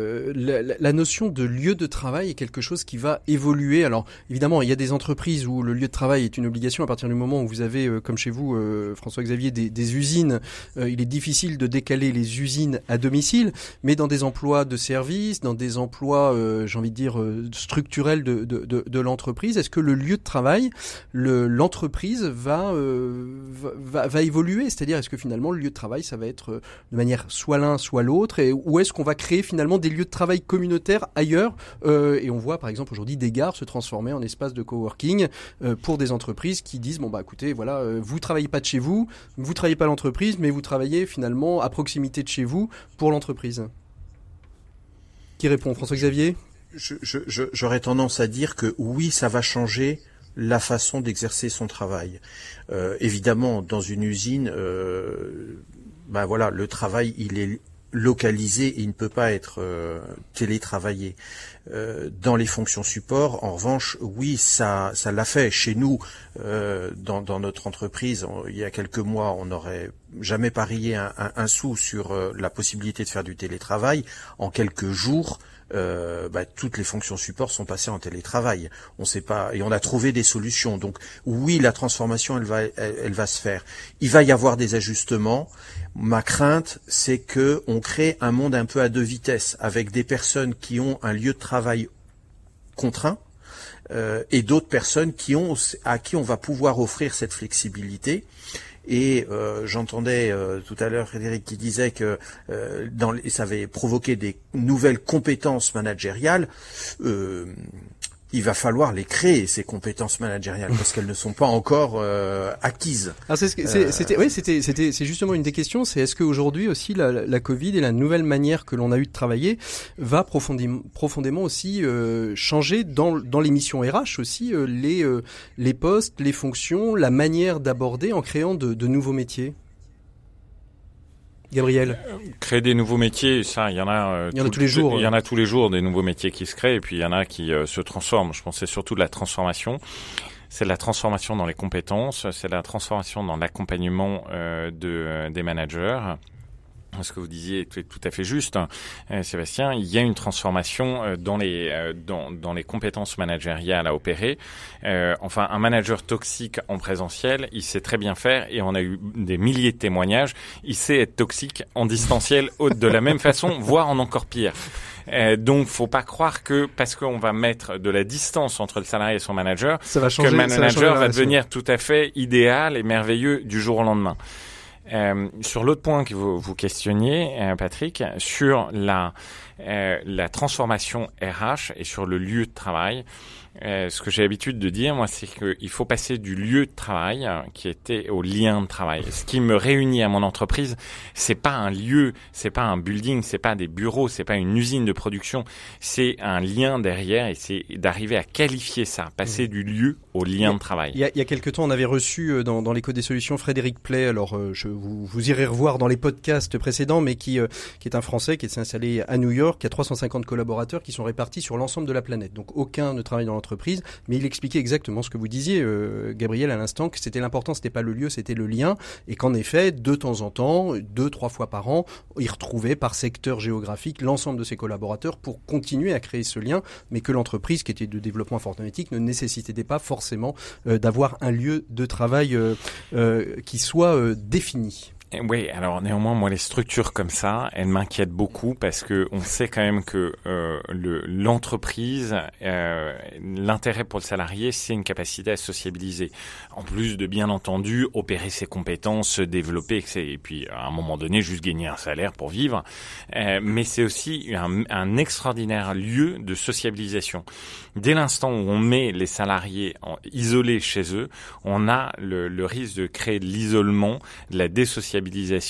la notion de lieu de travail est quelque chose qui va évoluer? Alors évidemment, il y a des entreprises où le lieu de travail est une obligation à partir du moment où vous avez, comme chez vous, François-Xavier, des usines. Il est difficile de décaler les usines à domicile, mais dans des emplois de service, dans des emplois, j'ai envie de dire, structurels de l'entreprise, est-ce que le lieu de travail, l'entreprise va évoluer? C'est-à-dire, est-ce que finalement le lieu de travail, ça va être de manière soit l'un, soit l'autre, ou est-ce qu'on va créer finalement des lieux de travail communautaires ailleurs? Et on voit par exemple aujourd'hui des gares se transformer en espace de coworking pour des entreprises qui disent écoutez, voilà, vous travaillez pas de chez vous, vous travaillez pas à l'entreprise, mais vous travaillez finalement à proximité de chez vous pour l'entreprise. Qui répond? François-Xavier? J'aurais tendance à dire que oui, ça va changer la façon d'exercer son travail. Évidemment, dans une usine, le travail, il est localisé et il ne peut pas être télétravaillé. Dans les fonctions support, en revanche, oui, ça l'a fait. Chez nous, dans notre entreprise, il y a quelques mois, on n'aurait jamais parié un sou sur la possibilité de faire du télétravail. En quelques jours, toutes les fonctions support sont passées en télétravail. On sait pas, et on a trouvé des solutions. Donc oui, la transformation, elle va se faire. Il va y avoir des ajustements. Ma crainte, c'est que on crée un monde un peu à 2 vitesses, avec des personnes qui ont un lieu de travail contraint et d'autres personnes à qui on va pouvoir offrir cette flexibilité. Et j'entendais tout à l'heure Frédéric qui disait que ça avait provoqué des nouvelles compétences managériales. il va falloir les créer, ces compétences managériales, parce qu'elles ne sont pas encore acquises. Alors c'est justement une des questions, c'est est-ce qu'aujourd'hui aussi la Covid et la nouvelle manière que l'on a eu de travailler va profondément aussi changer dans les missions RH aussi les postes, les fonctions, la manière d'aborder en créant de nouveaux métiers? Gabriel, créer des nouveaux métiers, ça, il y en a tous les jours. Il y en a tous les jours des nouveaux métiers qui se créent, et puis il y en a qui se transforment. Je pense que c'est surtout de la transformation. C'est de la transformation dans les compétences, c'est de la transformation dans l'accompagnement des managers. Ce que vous disiez est tout à fait juste, Sébastien. Il y a une transformation dans les compétences managériales à opérer. Enfin, un manager toxique en présentiel, il sait très bien faire, et on a eu des milliers de témoignages. Il sait être toxique en distanciel de la même façon, voire en encore pire. Donc, faut pas croire que parce qu'on va mettre de la distance entre le salarié et son manager, ça va changer, que le manager va devenir tout à fait idéal et merveilleux du jour au lendemain. Sur l'autre point que vous questionniez, Patrick, sur la transformation RH et sur le lieu de travail, ce que j'ai l'habitude de dire, moi, c'est qu'il faut passer du lieu de travail qui était au lien de travail. Ce qui me réunit à mon entreprise, c'est pas un lieu, c'est pas un building, c'est pas des bureaux, c'est pas une usine de production, c'est un lien derrière, et c'est d'arriver à qualifier ça, passer du lieu au lien de travail. Il y a quelque temps, on avait reçu dans l'Écho des Solutions Frédéric Play, alors vous irez revoir dans les podcasts précédents, mais qui est un Français qui s'est installé à New York, qui a 350 collaborateurs qui sont répartis sur l'ensemble de la planète. Donc aucun ne travaille dans l'entreprise, mais il expliquait exactement ce que vous disiez, Gabriel, à l'instant, que c'était l'important, c'était pas le lieu, c'était le lien, et qu'en effet, de temps en temps, 2-3 fois par an, il retrouvait par secteur géographique l'ensemble de ses collaborateurs pour continuer à créer ce lien, mais que l'entreprise, qui était de développement informatique, ne nécessitait pas forcément d'avoir un lieu de travail qui soit défini. Oui, alors néanmoins, moi, les structures comme ça, elles m'inquiètent beaucoup, parce que on sait quand même que l'entreprise, l'intérêt pour le salarié, c'est une capacité à sociabiliser. En plus de, bien entendu, opérer ses compétences, se développer, et puis à un moment donné, juste gagner un salaire pour vivre. Mais c'est aussi un extraordinaire lieu de sociabilisation. Dès l'instant où on met les salariés isolés chez eux, on a le risque de créer de l'isolement, de la désocialisation,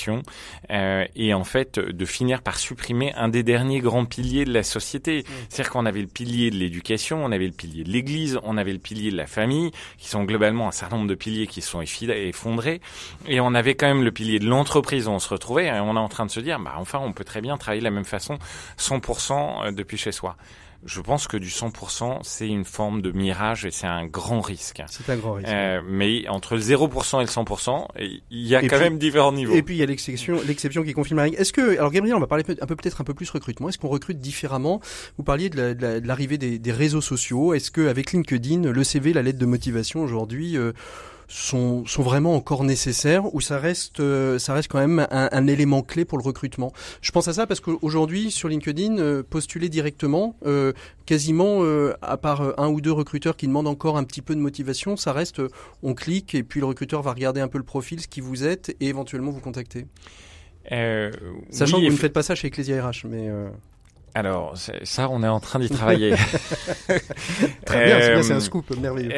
et en fait de finir par supprimer un des derniers grands piliers de la société. C'est-à-dire qu'on avait le pilier de l'éducation, on avait le pilier de l'église, on avait le pilier de la famille, qui sont globalement un certain nombre de piliers qui sont effondrés, et on avait quand même le pilier de l'entreprise où on se retrouvait, et on est en train de se dire, enfin on peut très bien travailler de la même façon 100% depuis chez soi. Je pense que du 100%, c'est une forme de mirage, et c'est un grand risque. C'est un grand risque. Mais entre le 0% et le 100%, il y a même différents niveaux. Et puis il y a l'exception qui confirme la règle. Est-ce que, alors Gabriel, on va parler peut-être un peu plus recrutement. Est-ce qu'on recrute différemment? Vous parliez de l'arrivée des réseaux sociaux. Est-ce que avec LinkedIn, le CV, la lettre de motivation aujourd'hui sont vraiment encore nécessaires, ou ça reste quand même un élément clé pour le recrutement? Je pense à ça parce qu'aujourd'hui sur LinkedIn, postuler directement, quasiment à part un ou deux recruteurs qui demandent encore un petit peu de motivation, ça reste on clique et puis le recruteur va regarder un peu le profil, ce qui vous êtes, et éventuellement vous contacter. Sachant que vous ne faites pas ça chez Ecclesia RH, mais alors, ça, on est en train d'y travailler. Très bien, c'est un scoop merveilleux.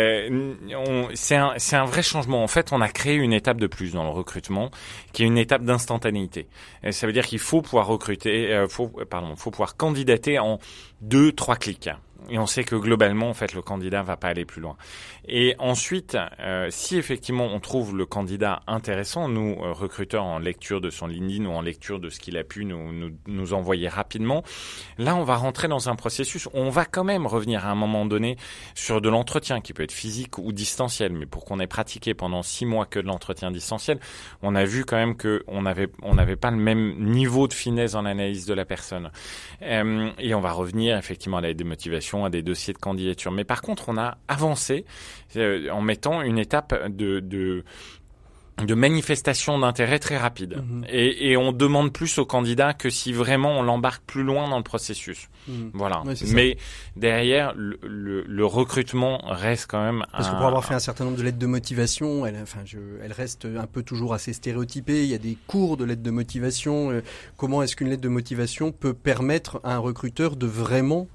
C'est un vrai changement. En fait, on a créé une étape de plus dans le recrutement, qui est une étape d'instantanéité. Ça veut dire qu'il faut pouvoir recruter, faut pouvoir candidater en 2-3 clics. Et on sait que globalement, en fait, le candidat va pas aller plus loin. Et ensuite, si effectivement on trouve le candidat intéressant, nous, recruteurs, en lecture de son LinkedIn ou en lecture de ce qu'il a pu nous envoyer rapidement, là, on va rentrer dans un processus où on va quand même revenir à un moment donné sur de l'entretien qui peut être physique ou distanciel. Mais pour qu'on ait pratiqué pendant 6 mois que de l'entretien distanciel, on a vu quand même que on n'avait pas le même niveau de finesse dans l'analyse de la personne. Et on va revenir effectivement à la démotivation, à des dossiers de candidature. Mais par contre, on a avancé en mettant une étape de manifestation d'intérêt très rapide. Et on demande plus au candidat que si vraiment on l'embarque plus loin dans le processus. Voilà. Ouais, mais derrière, le recrutement reste quand même... Parce que pour avoir fait un certain nombre de lettres de motivation, elle reste un peu toujours assez stéréotypée. Il y a des cours de lettres de motivation. Comment est-ce qu'une lettre de motivation peut permettre à un recruteur de vraiment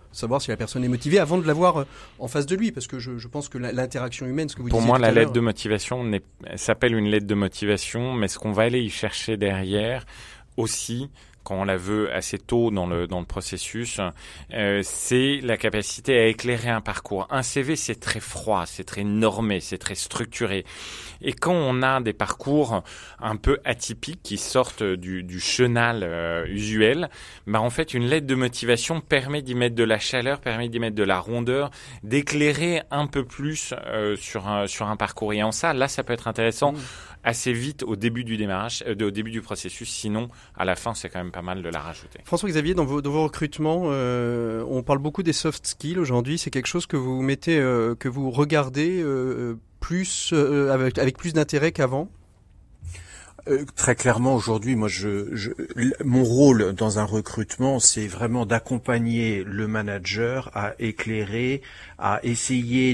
savoir si la personne est motivée avant de l'avoir en face de lui, parce que je pense que l'interaction humaine, ce que vous disiez pour moi, tout à la lettre l'heure, de motivation s'appelle une lettre de motivation, mais ce qu'on va aller y chercher derrière aussi, quand on la veut assez tôt dans le processus, c'est la capacité à éclairer un parcours. Un CV, c'est très froid, c'est très normé, c'est très structuré. Et quand on a des parcours un peu atypiques qui sortent du chenal usuel, bah en fait, une lettre de motivation permet d'y mettre de la chaleur, permet d'y mettre de la rondeur, d'éclairer un peu plus sur un parcours. Et en ça, là, ça peut être intéressant assez vite au début du démarrage, au début du processus. Sinon, à la fin, c'est quand même pas mal de la rajouter. François-Xavier, dans vos recrutements, on parle beaucoup des soft skills aujourd'hui. C'est quelque chose que vous mettez, que vous regardez plus avec plus d'intérêt qu'avant. Très clairement, aujourd'hui, moi, mon rôle dans un recrutement, c'est vraiment d'accompagner le manager à éclairer, à essayer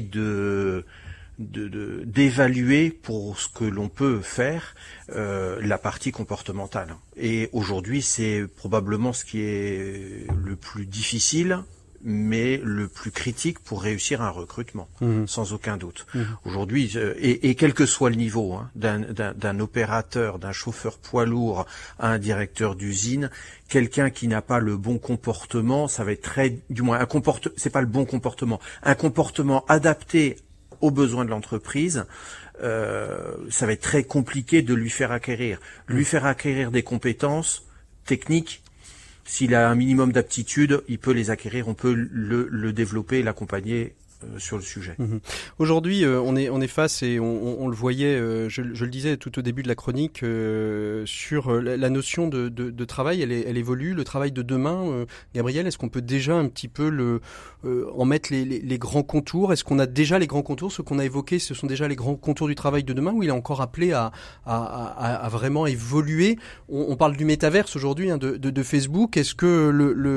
d'évaluer pour ce que l'on peut faire la partie comportementale. Et aujourd'hui, c'est probablement ce qui est le plus difficile, mais le plus critique pour réussir un recrutement, sans aucun doute. Aujourd'hui, et quel que soit le niveau, d'un opérateur, d'un chauffeur poids lourd à un directeur d'usine, quelqu'un qui n'a pas le bon comportement, ça va être c'est pas le bon comportement, un comportement adapté aux besoins de l'entreprise, ça va être très compliqué de lui faire acquérir des compétences techniques. S'il a un minimum d'aptitude, il peut les acquérir, on peut le développer et l'accompagner sur le sujet. Aujourd'hui, on est face, et on le voyait, je le disais tout au début de la chronique, sur la notion de travail, elle évolue. Le travail de demain, Gabriel, est-ce qu'on peut déjà un petit peu en mettre les grands contours? Est-ce qu'on a déjà les grands contours? Ce qu'on a évoqué, ce sont déjà les grands contours du travail de demain, ou il est encore appelé à vraiment évoluer? On parle du métaverse aujourd'hui, de Facebook. Est-ce que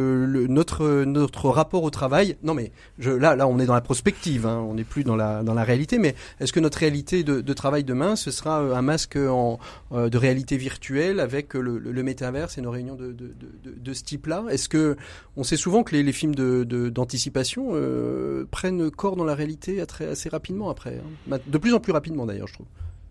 notre rapport au travail, non mais là on est dans la prospective, on n'est plus dans la réalité, mais est-ce que notre réalité de travail demain, ce sera un masque de réalité virtuelle avec le métaverse et nos réunions de ce type-là? Est-ce que on sait souvent que les films d'anticipation prennent corps dans la réalité assez rapidement après, de plus en plus rapidement d'ailleurs, je trouve.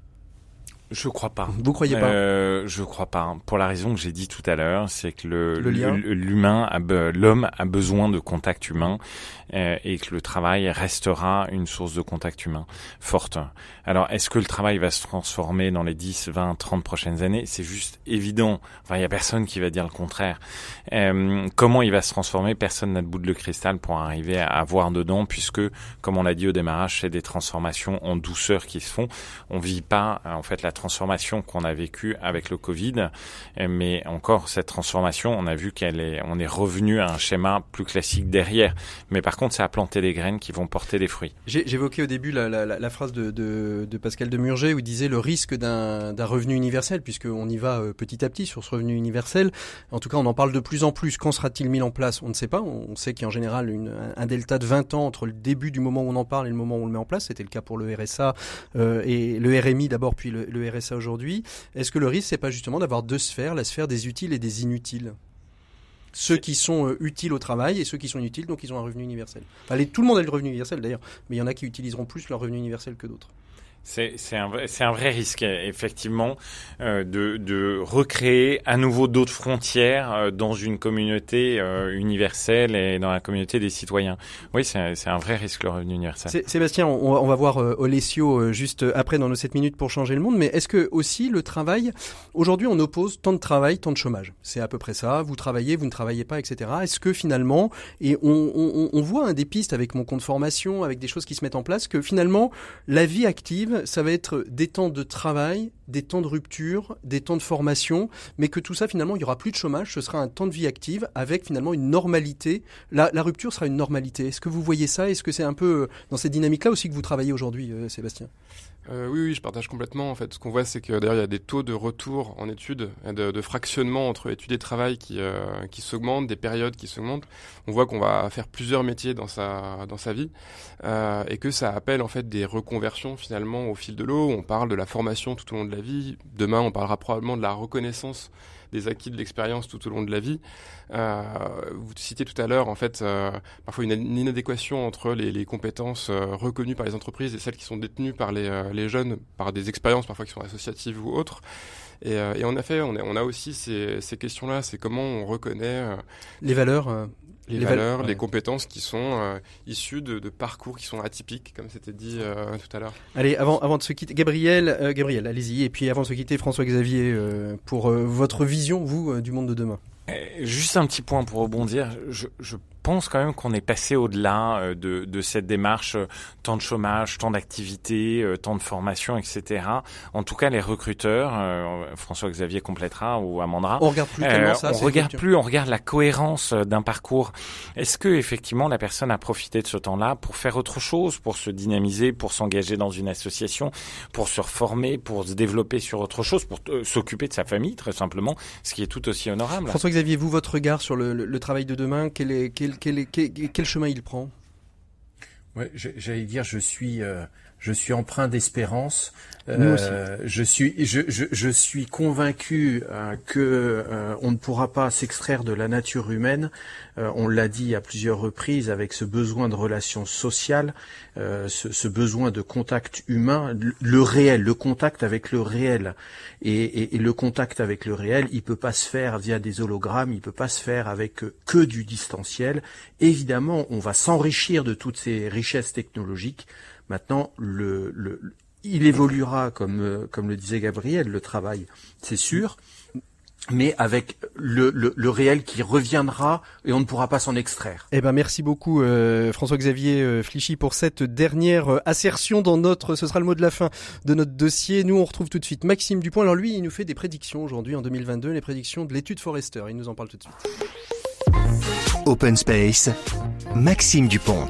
Je crois pas. Vous croyez pas? Je crois pas. Pour la raison que j'ai dit tout à l'heure, c'est que l'homme a besoin de contact humain, et que le travail restera une source de contact humain forte. Alors, est-ce que le travail va se transformer dans les 10, 20, 30 prochaines années? C'est juste évident. Enfin, il y a personne qui va dire le contraire. Comment il va se transformer? Personne n'a de boule de cristal pour arriver à voir dedans, puisque, comme on l'a dit au démarrage, c'est des transformations en douceur qui se font. On vit pas, en fait, la transformation qu'on a vécue avec le Covid, mais encore cette transformation, on a vu on est revenu à un schéma plus classique derrière. Mais par contre, ça a planté des graines qui vont porter des fruits. J'évoquais au début la phrase de Pascal Demurger où il disait le risque d'un revenu universel, puisqu'on y va petit à petit sur ce revenu universel. En tout cas, on en parle de plus en plus. Quand sera-t-il mis en place? On ne sait pas. On sait qu'il y a en général un delta de 20 ans entre le début du moment où on en parle et le moment où on le met en place. C'était le cas pour le RSA et le RMI d'abord, puis le RSA aujourd'hui. Est-ce que le risque, c'est pas justement d'avoir deux sphères, la sphère des utiles et des inutiles? Ceux qui sont utiles au travail et ceux qui sont inutiles, donc ils ont un revenu universel. Enfin, tout le monde a le revenu universel d'ailleurs, mais il y en a qui utiliseront plus leur revenu universel que d'autres. C'est un vrai risque, effectivement, de recréer à nouveau d'autres frontières dans une communauté universelle et dans la communauté des citoyens. Oui, c'est un vrai risque, le revenu universel. Sébastien, on va voir Olesio juste après dans nos 7 minutes pour changer le monde, mais est-ce que aussi le travail, aujourd'hui on oppose tant de travail, tant de chômage. C'est à peu près ça, vous travaillez, vous ne travaillez pas, etc. Est-ce que finalement, et on voit des pistes avec mon compte formation, avec des choses qui se mettent en place, que finalement la vie active, ça va être des temps de travail, des temps de rupture, des temps de formation, mais que tout ça, finalement, il n'y aura plus de chômage, ce sera un temps de vie active avec finalement une normalité. La rupture sera une normalité. Est-ce que vous voyez ça? Est-ce que c'est un peu dans cette dynamique-là aussi que vous travaillez aujourd'hui, Sébastien? Oui, je partage complètement. En fait, ce qu'on voit, c'est que d'ailleurs, il y a des taux de retour en études, de fractionnement entre études et travail qui s'augmentent, des périodes qui s'augmentent. On voit qu'on va faire plusieurs métiers dans sa vie, et que ça appelle en fait des reconversions finalement au fil de l'eau. On parle de la formation tout au long de la vie. Demain, on parlera probablement de la reconnaissance des acquis de l'expérience tout au long de la vie. Vous citiez tout à l'heure, en fait, parfois une inadéquation entre les compétences reconnues par les entreprises et celles qui sont détenues par les jeunes, par des expériences parfois qui sont associatives ou autres. Et en effet, on a aussi ces questions-là. C'est comment on reconnaît les valeurs. Les compétences qui sont issues de parcours qui sont atypiques, comme c'était dit tout à l'heure. Allez, avant de se quitter, Gabriel, allez-y. Et puis avant de se quitter, François-Xavier, pour votre vision, vous, du monde de demain. Juste un petit point pour rebondir. Je pense quand même qu'on est passé au-delà de cette démarche temps de chômage, temps d'activité, temps de formation, etc. En tout cas, les recruteurs, François-Xavier complétera ou Amandra, on regarde plus tellement ça. On regarde la cohérence d'un parcours. Est-ce que effectivement la personne a profité de ce temps-là pour faire autre chose, pour se dynamiser, pour s'engager dans une association, pour se reformer, pour se développer sur autre chose, pour s'occuper de sa famille, très simplement, ce qui est tout aussi honorable. François-Xavier, vous, votre regard sur le travail de demain, quel chemin il prend? Ouais, j'allais dire, je suis empreint d'espérance. Je suis convaincu que on ne pourra pas s'extraire de la nature humaine. On l'a dit à plusieurs reprises, avec ce besoin de relations sociales, ce besoin de contact humain, le réel, le contact avec le réel. Et le contact avec le réel, il peut pas se faire via des hologrammes, il peut pas se faire avec que du distanciel. Évidemment, on va s'enrichir de toutes ces richesses technologiques. Maintenant, il évoluera, comme le disait Gabriel, le travail, c'est sûr, mais avec le réel qui reviendra et on ne pourra pas s'en extraire. Eh ben, merci beaucoup, François-Xavier Flichy, pour cette dernière assertion ce sera le mot de la fin de notre dossier. Nous, on retrouve tout de suite Maxime Dupont. Alors lui, il nous fait des prédictions aujourd'hui, en 2022, les prédictions de l'étude Forrester. Il nous en parle tout de suite. Open Space, Maxime Dupont.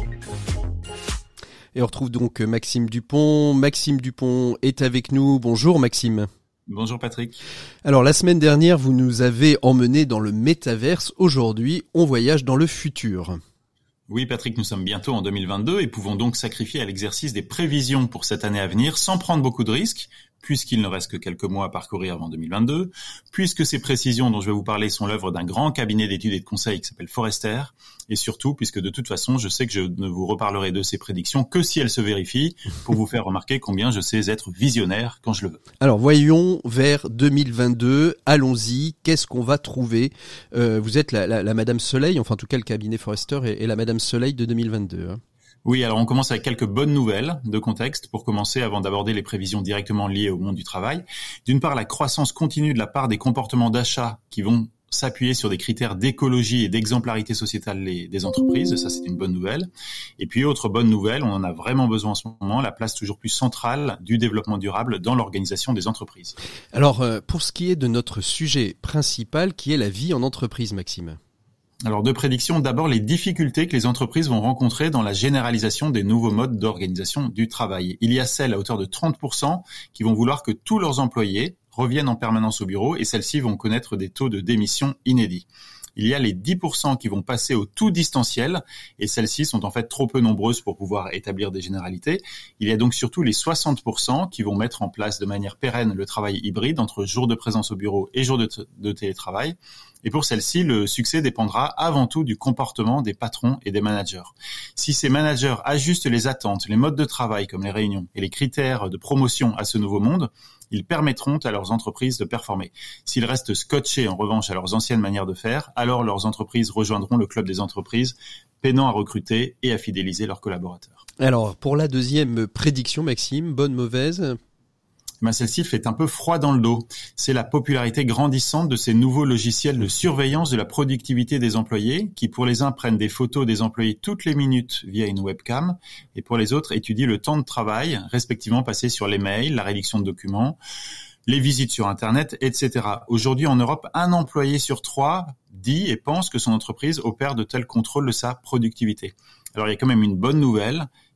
Et on retrouve donc Maxime Dupont. Maxime Dupont est avec nous. Bonjour Maxime. Bonjour Patrick. Alors la semaine dernière, vous nous avez emmenés dans le métaverse. Aujourd'hui, on voyage dans le futur. Oui Patrick, nous sommes bientôt en 2022 et pouvons donc sacrifier à l'exercice des prévisions pour cette année à venir sans prendre beaucoup de risques, puisqu'il ne reste que quelques mois à parcourir avant 2022, puisque ces précisions dont je vais vous parler sont l'œuvre d'un grand cabinet d'études et de conseils qui s'appelle Forrester, et surtout puisque de toute façon je sais que je ne vous reparlerai de ces prédictions que si elles se vérifient, pour vous faire remarquer combien je sais être visionnaire quand je le veux. Alors voyons vers 2022, allons-y, qu'est-ce qu'on va trouver? Vous êtes la Madame Soleil, enfin en tout cas le cabinet Forrester est la Madame Soleil de 2022. Hein. Oui, alors on commence avec quelques bonnes nouvelles de contexte pour commencer avant d'aborder les prévisions directement liées au monde du travail. D'une part, la croissance continue de la part des comportements d'achat qui vont s'appuyer sur des critères d'écologie et d'exemplarité sociétale des entreprises, ça c'est une bonne nouvelle. Et puis autre bonne nouvelle, on en a vraiment besoin en ce moment, la place toujours plus centrale du développement durable dans l'organisation des entreprises. Alors pour ce qui est de notre sujet principal, qui est la vie en entreprise, Maxime. Alors, deux prédictions. D'abord, les difficultés que les entreprises vont rencontrer dans la généralisation des nouveaux modes d'organisation du travail. Il y a celles à hauteur de 30% qui vont vouloir que tous leurs employés reviennent en permanence au bureau et celles-ci vont connaître des taux de démission inédits. Il y a les 10% qui vont passer au tout distanciel et celles-ci sont en fait trop peu nombreuses pour pouvoir établir des généralités. Il y a donc surtout les 60% qui vont mettre en place de manière pérenne le travail hybride entre jours de présence au bureau et jours de télétravail. Et pour celle-ci, le succès dépendra avant tout du comportement des patrons et des managers. Si ces managers ajustent les attentes, les modes de travail comme les réunions et les critères de promotion à ce nouveau monde, ils permettront à leurs entreprises de performer. S'ils restent scotchés en revanche à leurs anciennes manières de faire, alors leurs entreprises rejoindront le club des entreprises, peinant à recruter et à fidéliser leurs collaborateurs. Alors, pour la deuxième prédiction, Maxime, bonne, mauvaise ? Celle-ci fait un peu froid dans le dos. C'est la popularité grandissante de ces nouveaux logiciels de surveillance de la productivité des employés qui, pour les uns, prennent des photos des employés toutes les minutes via une webcam et pour les autres, étudient le temps de travail, respectivement passé sur les mails, la rédaction de documents, les visites sur Internet, etc. Aujourd'hui, en Europe, un employé sur 3 dit et pense que son entreprise opère de tels contrôles de sa productivité. Alors, il y a quand même une bonne nouvelle.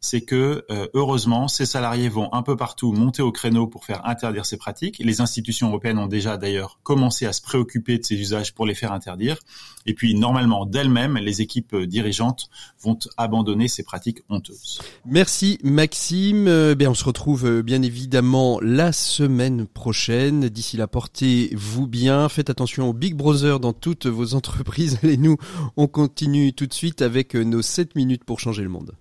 c'est que heureusement, ces salariés vont un peu partout monter au créneau pour faire interdire ces pratiques. Les institutions européennes ont déjà d'ailleurs commencé à se préoccuper de ces usages pour les faire interdire. Et puis normalement, d'elles-mêmes, les équipes dirigeantes vont abandonner ces pratiques honteuses. Merci Maxime. On se retrouve bien évidemment la semaine prochaine. D'ici là, portez-vous bien. Faites attention au Big Brother dans toutes vos entreprises. Allez, nous, on continue tout de suite avec nos 7 minutes pour changer le monde.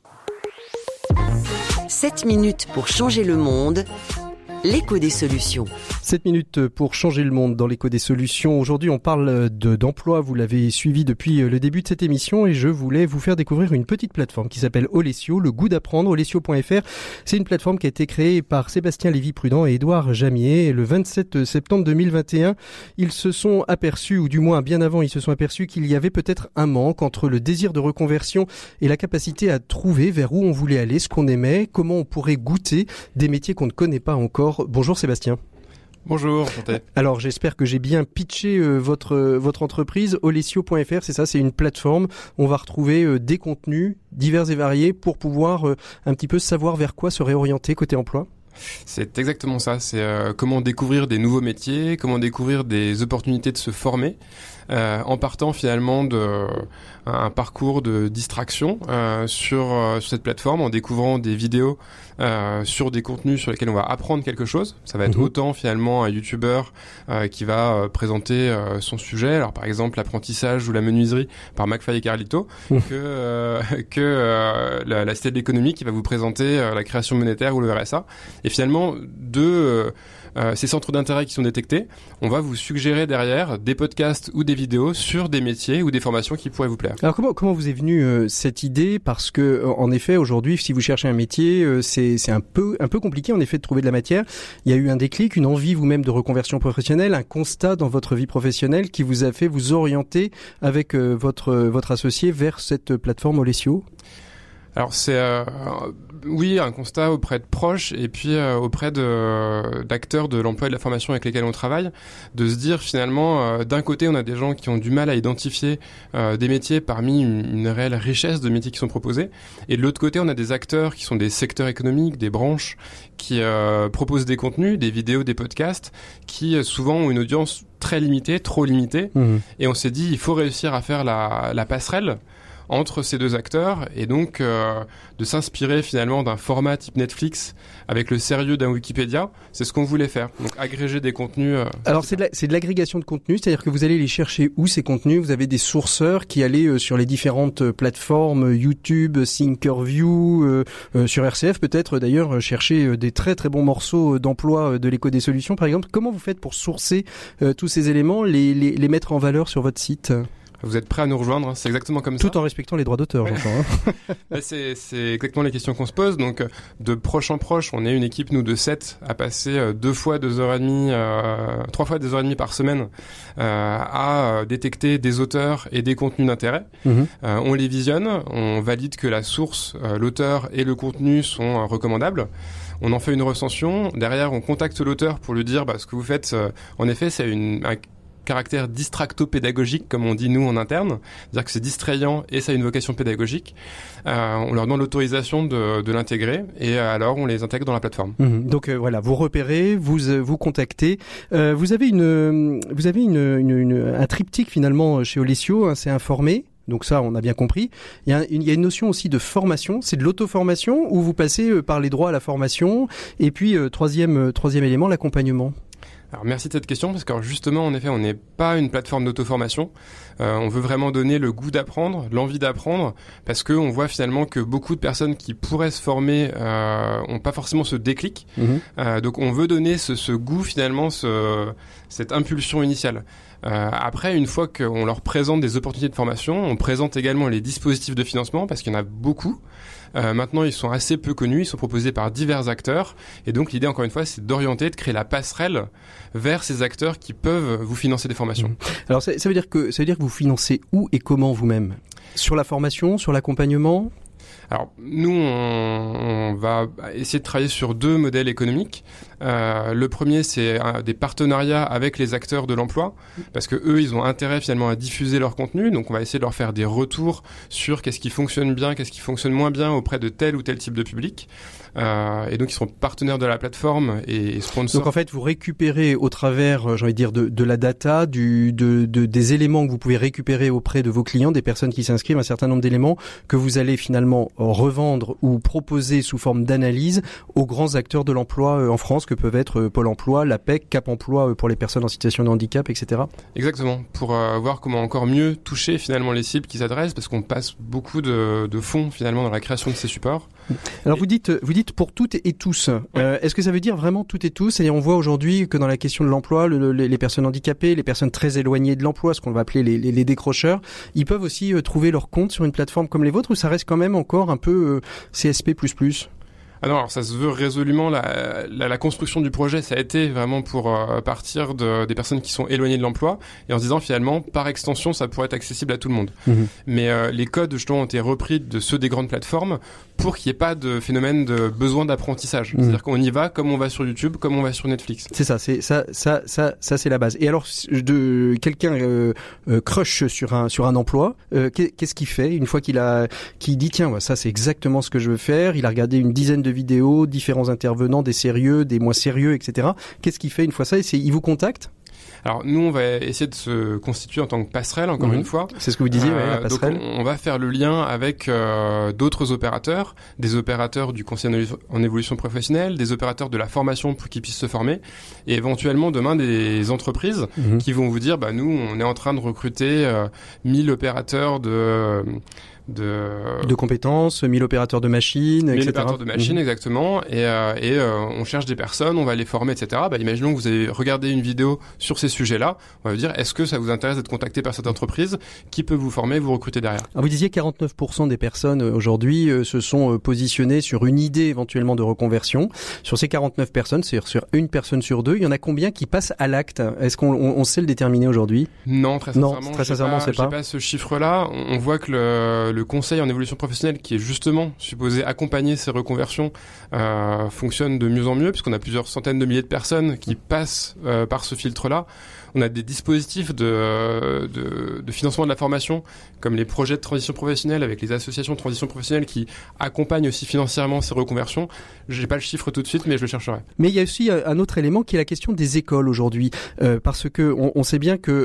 7 minutes pour changer le monde. L'écho des solutions. 7 minutes pour changer le monde dans l'écho des solutions. Aujourd'hui, on parle d'emploi. Vous l'avez suivi depuis le début de cette émission et je voulais vous faire découvrir une petite plateforme qui s'appelle Olesio, le goût d'apprendre, olesio.fr. C'est une plateforme qui a été créée par Sébastien Lévy-Prudent et Édouard Jamier. Et le 27 septembre 2021, ils se sont aperçus, ou du moins bien avant, ils se sont aperçus qu'il y avait peut-être un manque entre le désir de reconversion et la capacité à trouver vers où on voulait aller, ce qu'on aimait, comment on pourrait goûter des métiers qu'on ne connaît pas encore. Bonjour Sébastien. Bonjour, enchanté. Alors j'espère que j'ai bien pitché votre entreprise. Olesio.fr, c'est ça, c'est une plateforme où on va retrouver des contenus divers et variés pour pouvoir un petit peu savoir vers quoi se réorienter côté emploi. C'est exactement ça, c'est comment découvrir des nouveaux métiers, comment découvrir des opportunités de se former, en partant finalement un parcours de distraction sur cette plateforme, en découvrant des vidéos sur des contenus sur lesquels on va apprendre quelque chose. Ça va être autant finalement un youtubeur qui va présenter son sujet, alors par exemple l'apprentissage ou la menuiserie par McFly et Carlito, que la Cité de l'économie qui va vous présenter la création monétaire ou le RSA. Et finalement, ces centres d'intérêt qui sont détectés, on va vous suggérer derrière des podcasts ou des vidéos sur des métiers ou des formations qui pourraient vous plaire. Alors comment vous est venue cette idée ? Parce que en effet aujourd'hui, si vous cherchez un métier, c'est un peu compliqué en effet de trouver de la matière. Il y a eu un déclic, une envie vous-même de reconversion professionnelle, un constat dans votre vie professionnelle qui vous a fait vous orienter avec votre associé vers cette plateforme Olesio. Alors c'est oui, un constat auprès de proches et puis auprès d'acteurs de l'emploi et de la formation avec lesquels on travaille, de se dire finalement d'un côté on a des gens qui ont du mal à identifier des métiers parmi une réelle richesse de métiers qui sont proposés, et de l'autre côté on a des acteurs qui sont des secteurs économiques, des branches qui proposent des contenus, des vidéos, des podcasts qui souvent ont une audience très limitée, trop limitée, et on s'est dit il faut réussir à faire la passerelle entre ces deux acteurs et donc de s'inspirer finalement d'un format type Netflix avec le sérieux d'un Wikipédia. C'est ce qu'on voulait faire, donc agréger des contenus. Alors c'est de l'agrégation de contenus, c'est-à-dire que vous allez les chercher où ces contenus ? Vous avez des sourceurs qui allaient sur les différentes plateformes, YouTube, Thinkerview, sur RCF peut-être d'ailleurs, chercher des très très bons morceaux d'emploi de l'écho des solutions par exemple. Comment vous faites pour sourcer tous ces éléments, les mettre en valeur sur votre site ? Vous êtes prêts à nous rejoindre, hein, c'est exactement comme ça. Tout en respectant les droits d'auteur, j'entends. C'est exactement les questions qu'on se pose. Donc, de proche en proche, on est une équipe, nous, de 7 à passer 3 fois 2h30 par semaine à détecter des auteurs et des contenus d'intérêt. On les visionne, on valide que la source, l'auteur et le contenu sont recommandables. On en fait une recension. Derrière, on contacte l'auteur pour lui dire ce que vous faites, en effet, c'est un caractère distracto-pédagogique, comme on dit nous en interne, c'est-à-dire que c'est distrayant et ça a une vocation pédagogique. On leur donne l'autorisation de l'intégrer et alors on les intègre dans la plateforme. Donc voilà, vous repérez, vous contactez. Vous avez un triptyque finalement chez Olesio, hein, c'est informer. Donc ça, on a bien compris. Il y a une notion aussi de formation. C'est de l'auto-formation où vous passez par les droits à la formation. Et puis troisième élément, l'accompagnement. Alors merci de cette question parce que justement en effet on n'est pas une plateforme d'auto-formation, on veut vraiment donner le goût d'apprendre, l'envie d'apprendre, parce que on voit finalement que beaucoup de personnes qui pourraient se former ont pas forcément ce déclic, donc on veut donner ce goût finalement, cette impulsion initiale. Après, une fois qu'on leur présente des opportunités de formation, on présente également les dispositifs de financement parce qu'il y en a beaucoup. Maintenant, ils sont assez peu connus, ils sont proposés par divers acteurs. Et donc, l'idée, encore une fois, c'est d'orienter, de créer la passerelle vers ces acteurs qui peuvent vous financer des formations. Alors, ça veut dire que vous financez où et comment vous-même ? Sur la formation, sur l'accompagnement ? Alors, nous, on va essayer de travailler sur 2 modèles économiques. Le premier, c'est des partenariats avec les acteurs de l'emploi, parce que eux, ils ont intérêt finalement à diffuser leur contenu. Donc, on va essayer de leur faire des retours sur qu'est-ce qui fonctionne bien, qu'est-ce qui fonctionne moins bien auprès de tel ou tel type de public. Et donc, ils seront partenaires de la plateforme et sponsors. Donc, en fait, vous récupérez au travers, j'ai envie de dire, de la data, des éléments que vous pouvez récupérer auprès de vos clients, des personnes qui s'inscrivent, un certain nombre d'éléments que vous allez finalement revendre ou proposer sous forme d'analyse aux grands acteurs de l'emploi en France, que peuvent être Pôle emploi, l'APEC, Cap emploi pour les personnes en situation de handicap, etc. Exactement, pour voir comment encore mieux toucher finalement les cibles qui s'adressent, parce qu'on passe beaucoup de fonds finalement dans la création de ces supports. Alors vous dites pour toutes et tous. Est-ce que ça veut dire vraiment toutes et tous? C'est-à-dire on voit aujourd'hui que dans la question de l'emploi, les personnes handicapées, les personnes très éloignées de l'emploi, ce qu'on va appeler les décrocheurs, ils peuvent aussi trouver leur compte sur une plateforme comme les vôtres, ou ça reste quand même encore un peu CSP++? Ah non, alors ça se veut résolument, la construction du projet, ça a été vraiment pour partir des personnes qui sont éloignées de l'emploi, et en se disant finalement, par extension, ça pourrait être accessible à tout le monde. Mais les codes, justement, ont été repris de ceux des grandes plateformes pour qu'il n'y ait pas de phénomène de besoin d'apprentissage. C'est-à-dire qu'on y va comme on va sur YouTube, comme on va sur Netflix. C'est ça, ça c'est la base. Et alors, quelqu'un crush sur un emploi, qu'est-ce qu'il fait une fois qu'il dit tiens, ça c'est exactement ce que je veux faire. Il a regardé une dizaine de vidéos, différents intervenants, des sérieux, des moins sérieux, etc. Qu'est-ce qu'il fait une fois ça? Il vous contacte? Alors nous, on va essayer de se constituer en tant que passerelle, encore une fois. C'est ce que vous disiez, la passerelle. Donc on va faire le lien avec d'autres opérateurs, des opérateurs du conseil en évolution professionnelle, des opérateurs de la formation pour qu'ils puissent se former, et éventuellement demain des entreprises qui vont vous dire, nous, on est en train de recruter 1000 opérateurs de compétences, 1000 opérateurs de machines, etc. 1000 opérateurs de machines, exactement. Et on cherche des personnes, on va les former, etc. Imaginons que vous avez regardé une vidéo sur ces sujets-là. On va vous dire, est-ce que ça vous intéresse d'être contacté par cette entreprise qui peut vous former, vous recruter derrière? Alors vous disiez 49% des personnes aujourd'hui se sont positionnées sur une idée éventuellement de reconversion. Sur ces 49 personnes, c'est-à-dire sur une personne sur deux, il y en a combien qui passent à l'acte? Est-ce qu'on sait le déterminer aujourd'hui? Non, très sincèrement, c'est pas. J'ai pas ce chiffre-là. On voit que le conseil en évolution professionnelle, qui est justement supposé accompagner ces reconversions, fonctionne de mieux en mieux, puisqu'on a plusieurs centaines de milliers de personnes qui passent par ce filtre-là. On a des dispositifs de financement de la formation, comme les projets de transition professionnelle avec les associations de transition professionnelle qui accompagnent aussi financièrement ces reconversions. J'ai pas le chiffre tout de suite, mais je le chercherai. Mais il y a aussi un autre élément qui est la question des écoles aujourd'hui, parce que on sait bien que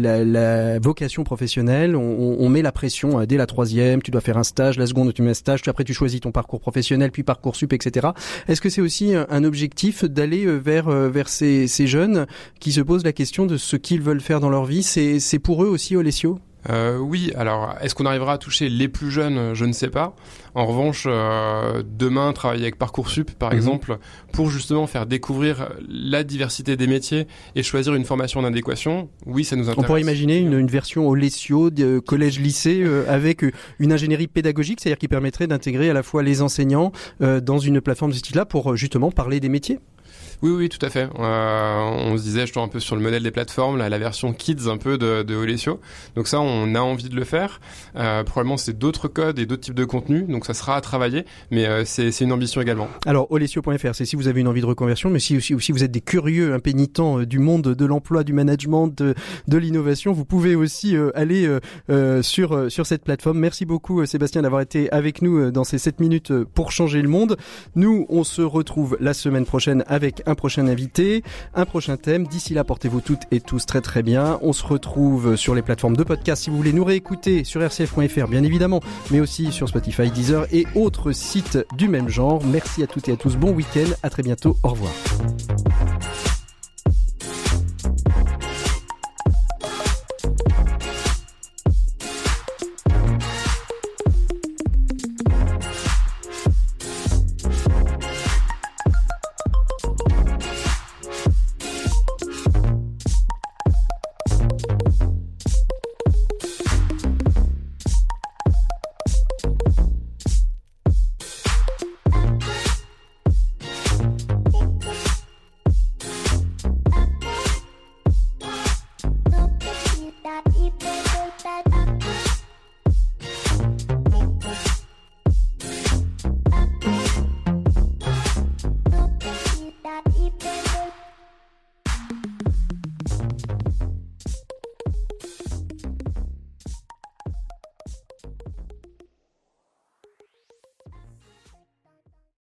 la vocation professionnelle, on met la pression dès la troisième, tu dois faire un stage, la seconde tu mets un stage, après tu choisis ton parcours professionnel, puis Parcoursup, etc. Est-ce que c'est aussi un objectif d'aller vers ces jeunes qui se posent la question de ce qu'ils veulent faire dans leur vie? C'est pour eux aussi, Olesio? Oui, alors est-ce qu'on arrivera à toucher les plus jeunes? Je ne sais pas. En revanche, demain, travailler avec Parcoursup, par exemple, pour justement faire découvrir la diversité des métiers et choisir une formation d'adéquation, oui, ça nous intéresse. On pourrait imaginer une version Olesio de collège-lycée avec une ingénierie pédagogique, c'est-à-dire qui permettrait d'intégrer à la fois les enseignants dans une plateforme de ce type-là pour justement parler des métiers? Oui, tout à fait. On se disait, je tourne un peu sur le modèle des plateformes, la version kids un peu de Olesio. Donc ça, on a envie de le faire. Probablement, c'est d'autres codes et d'autres types de contenus. Donc ça sera à travailler, mais c'est une ambition également. Alors, olesio.fr, c'est si vous avez une envie de reconversion, mais si vous êtes des curieux impénitents du monde de l'emploi, du management, de l'innovation, vous pouvez aussi aller sur cette plateforme. Merci beaucoup, Sébastien, d'avoir été avec nous dans ces 7 minutes pour changer le monde. Nous, on se retrouve la semaine prochaine avec un prochain invité, un prochain thème. D'ici là, portez-vous toutes et tous très très bien. On se retrouve sur les plateformes de podcast si vous voulez nous réécouter, sur rcf.fr bien évidemment, mais aussi sur Spotify, Deezer et autres sites du même genre. Merci à toutes et à tous, bon week-end, à très bientôt, au revoir.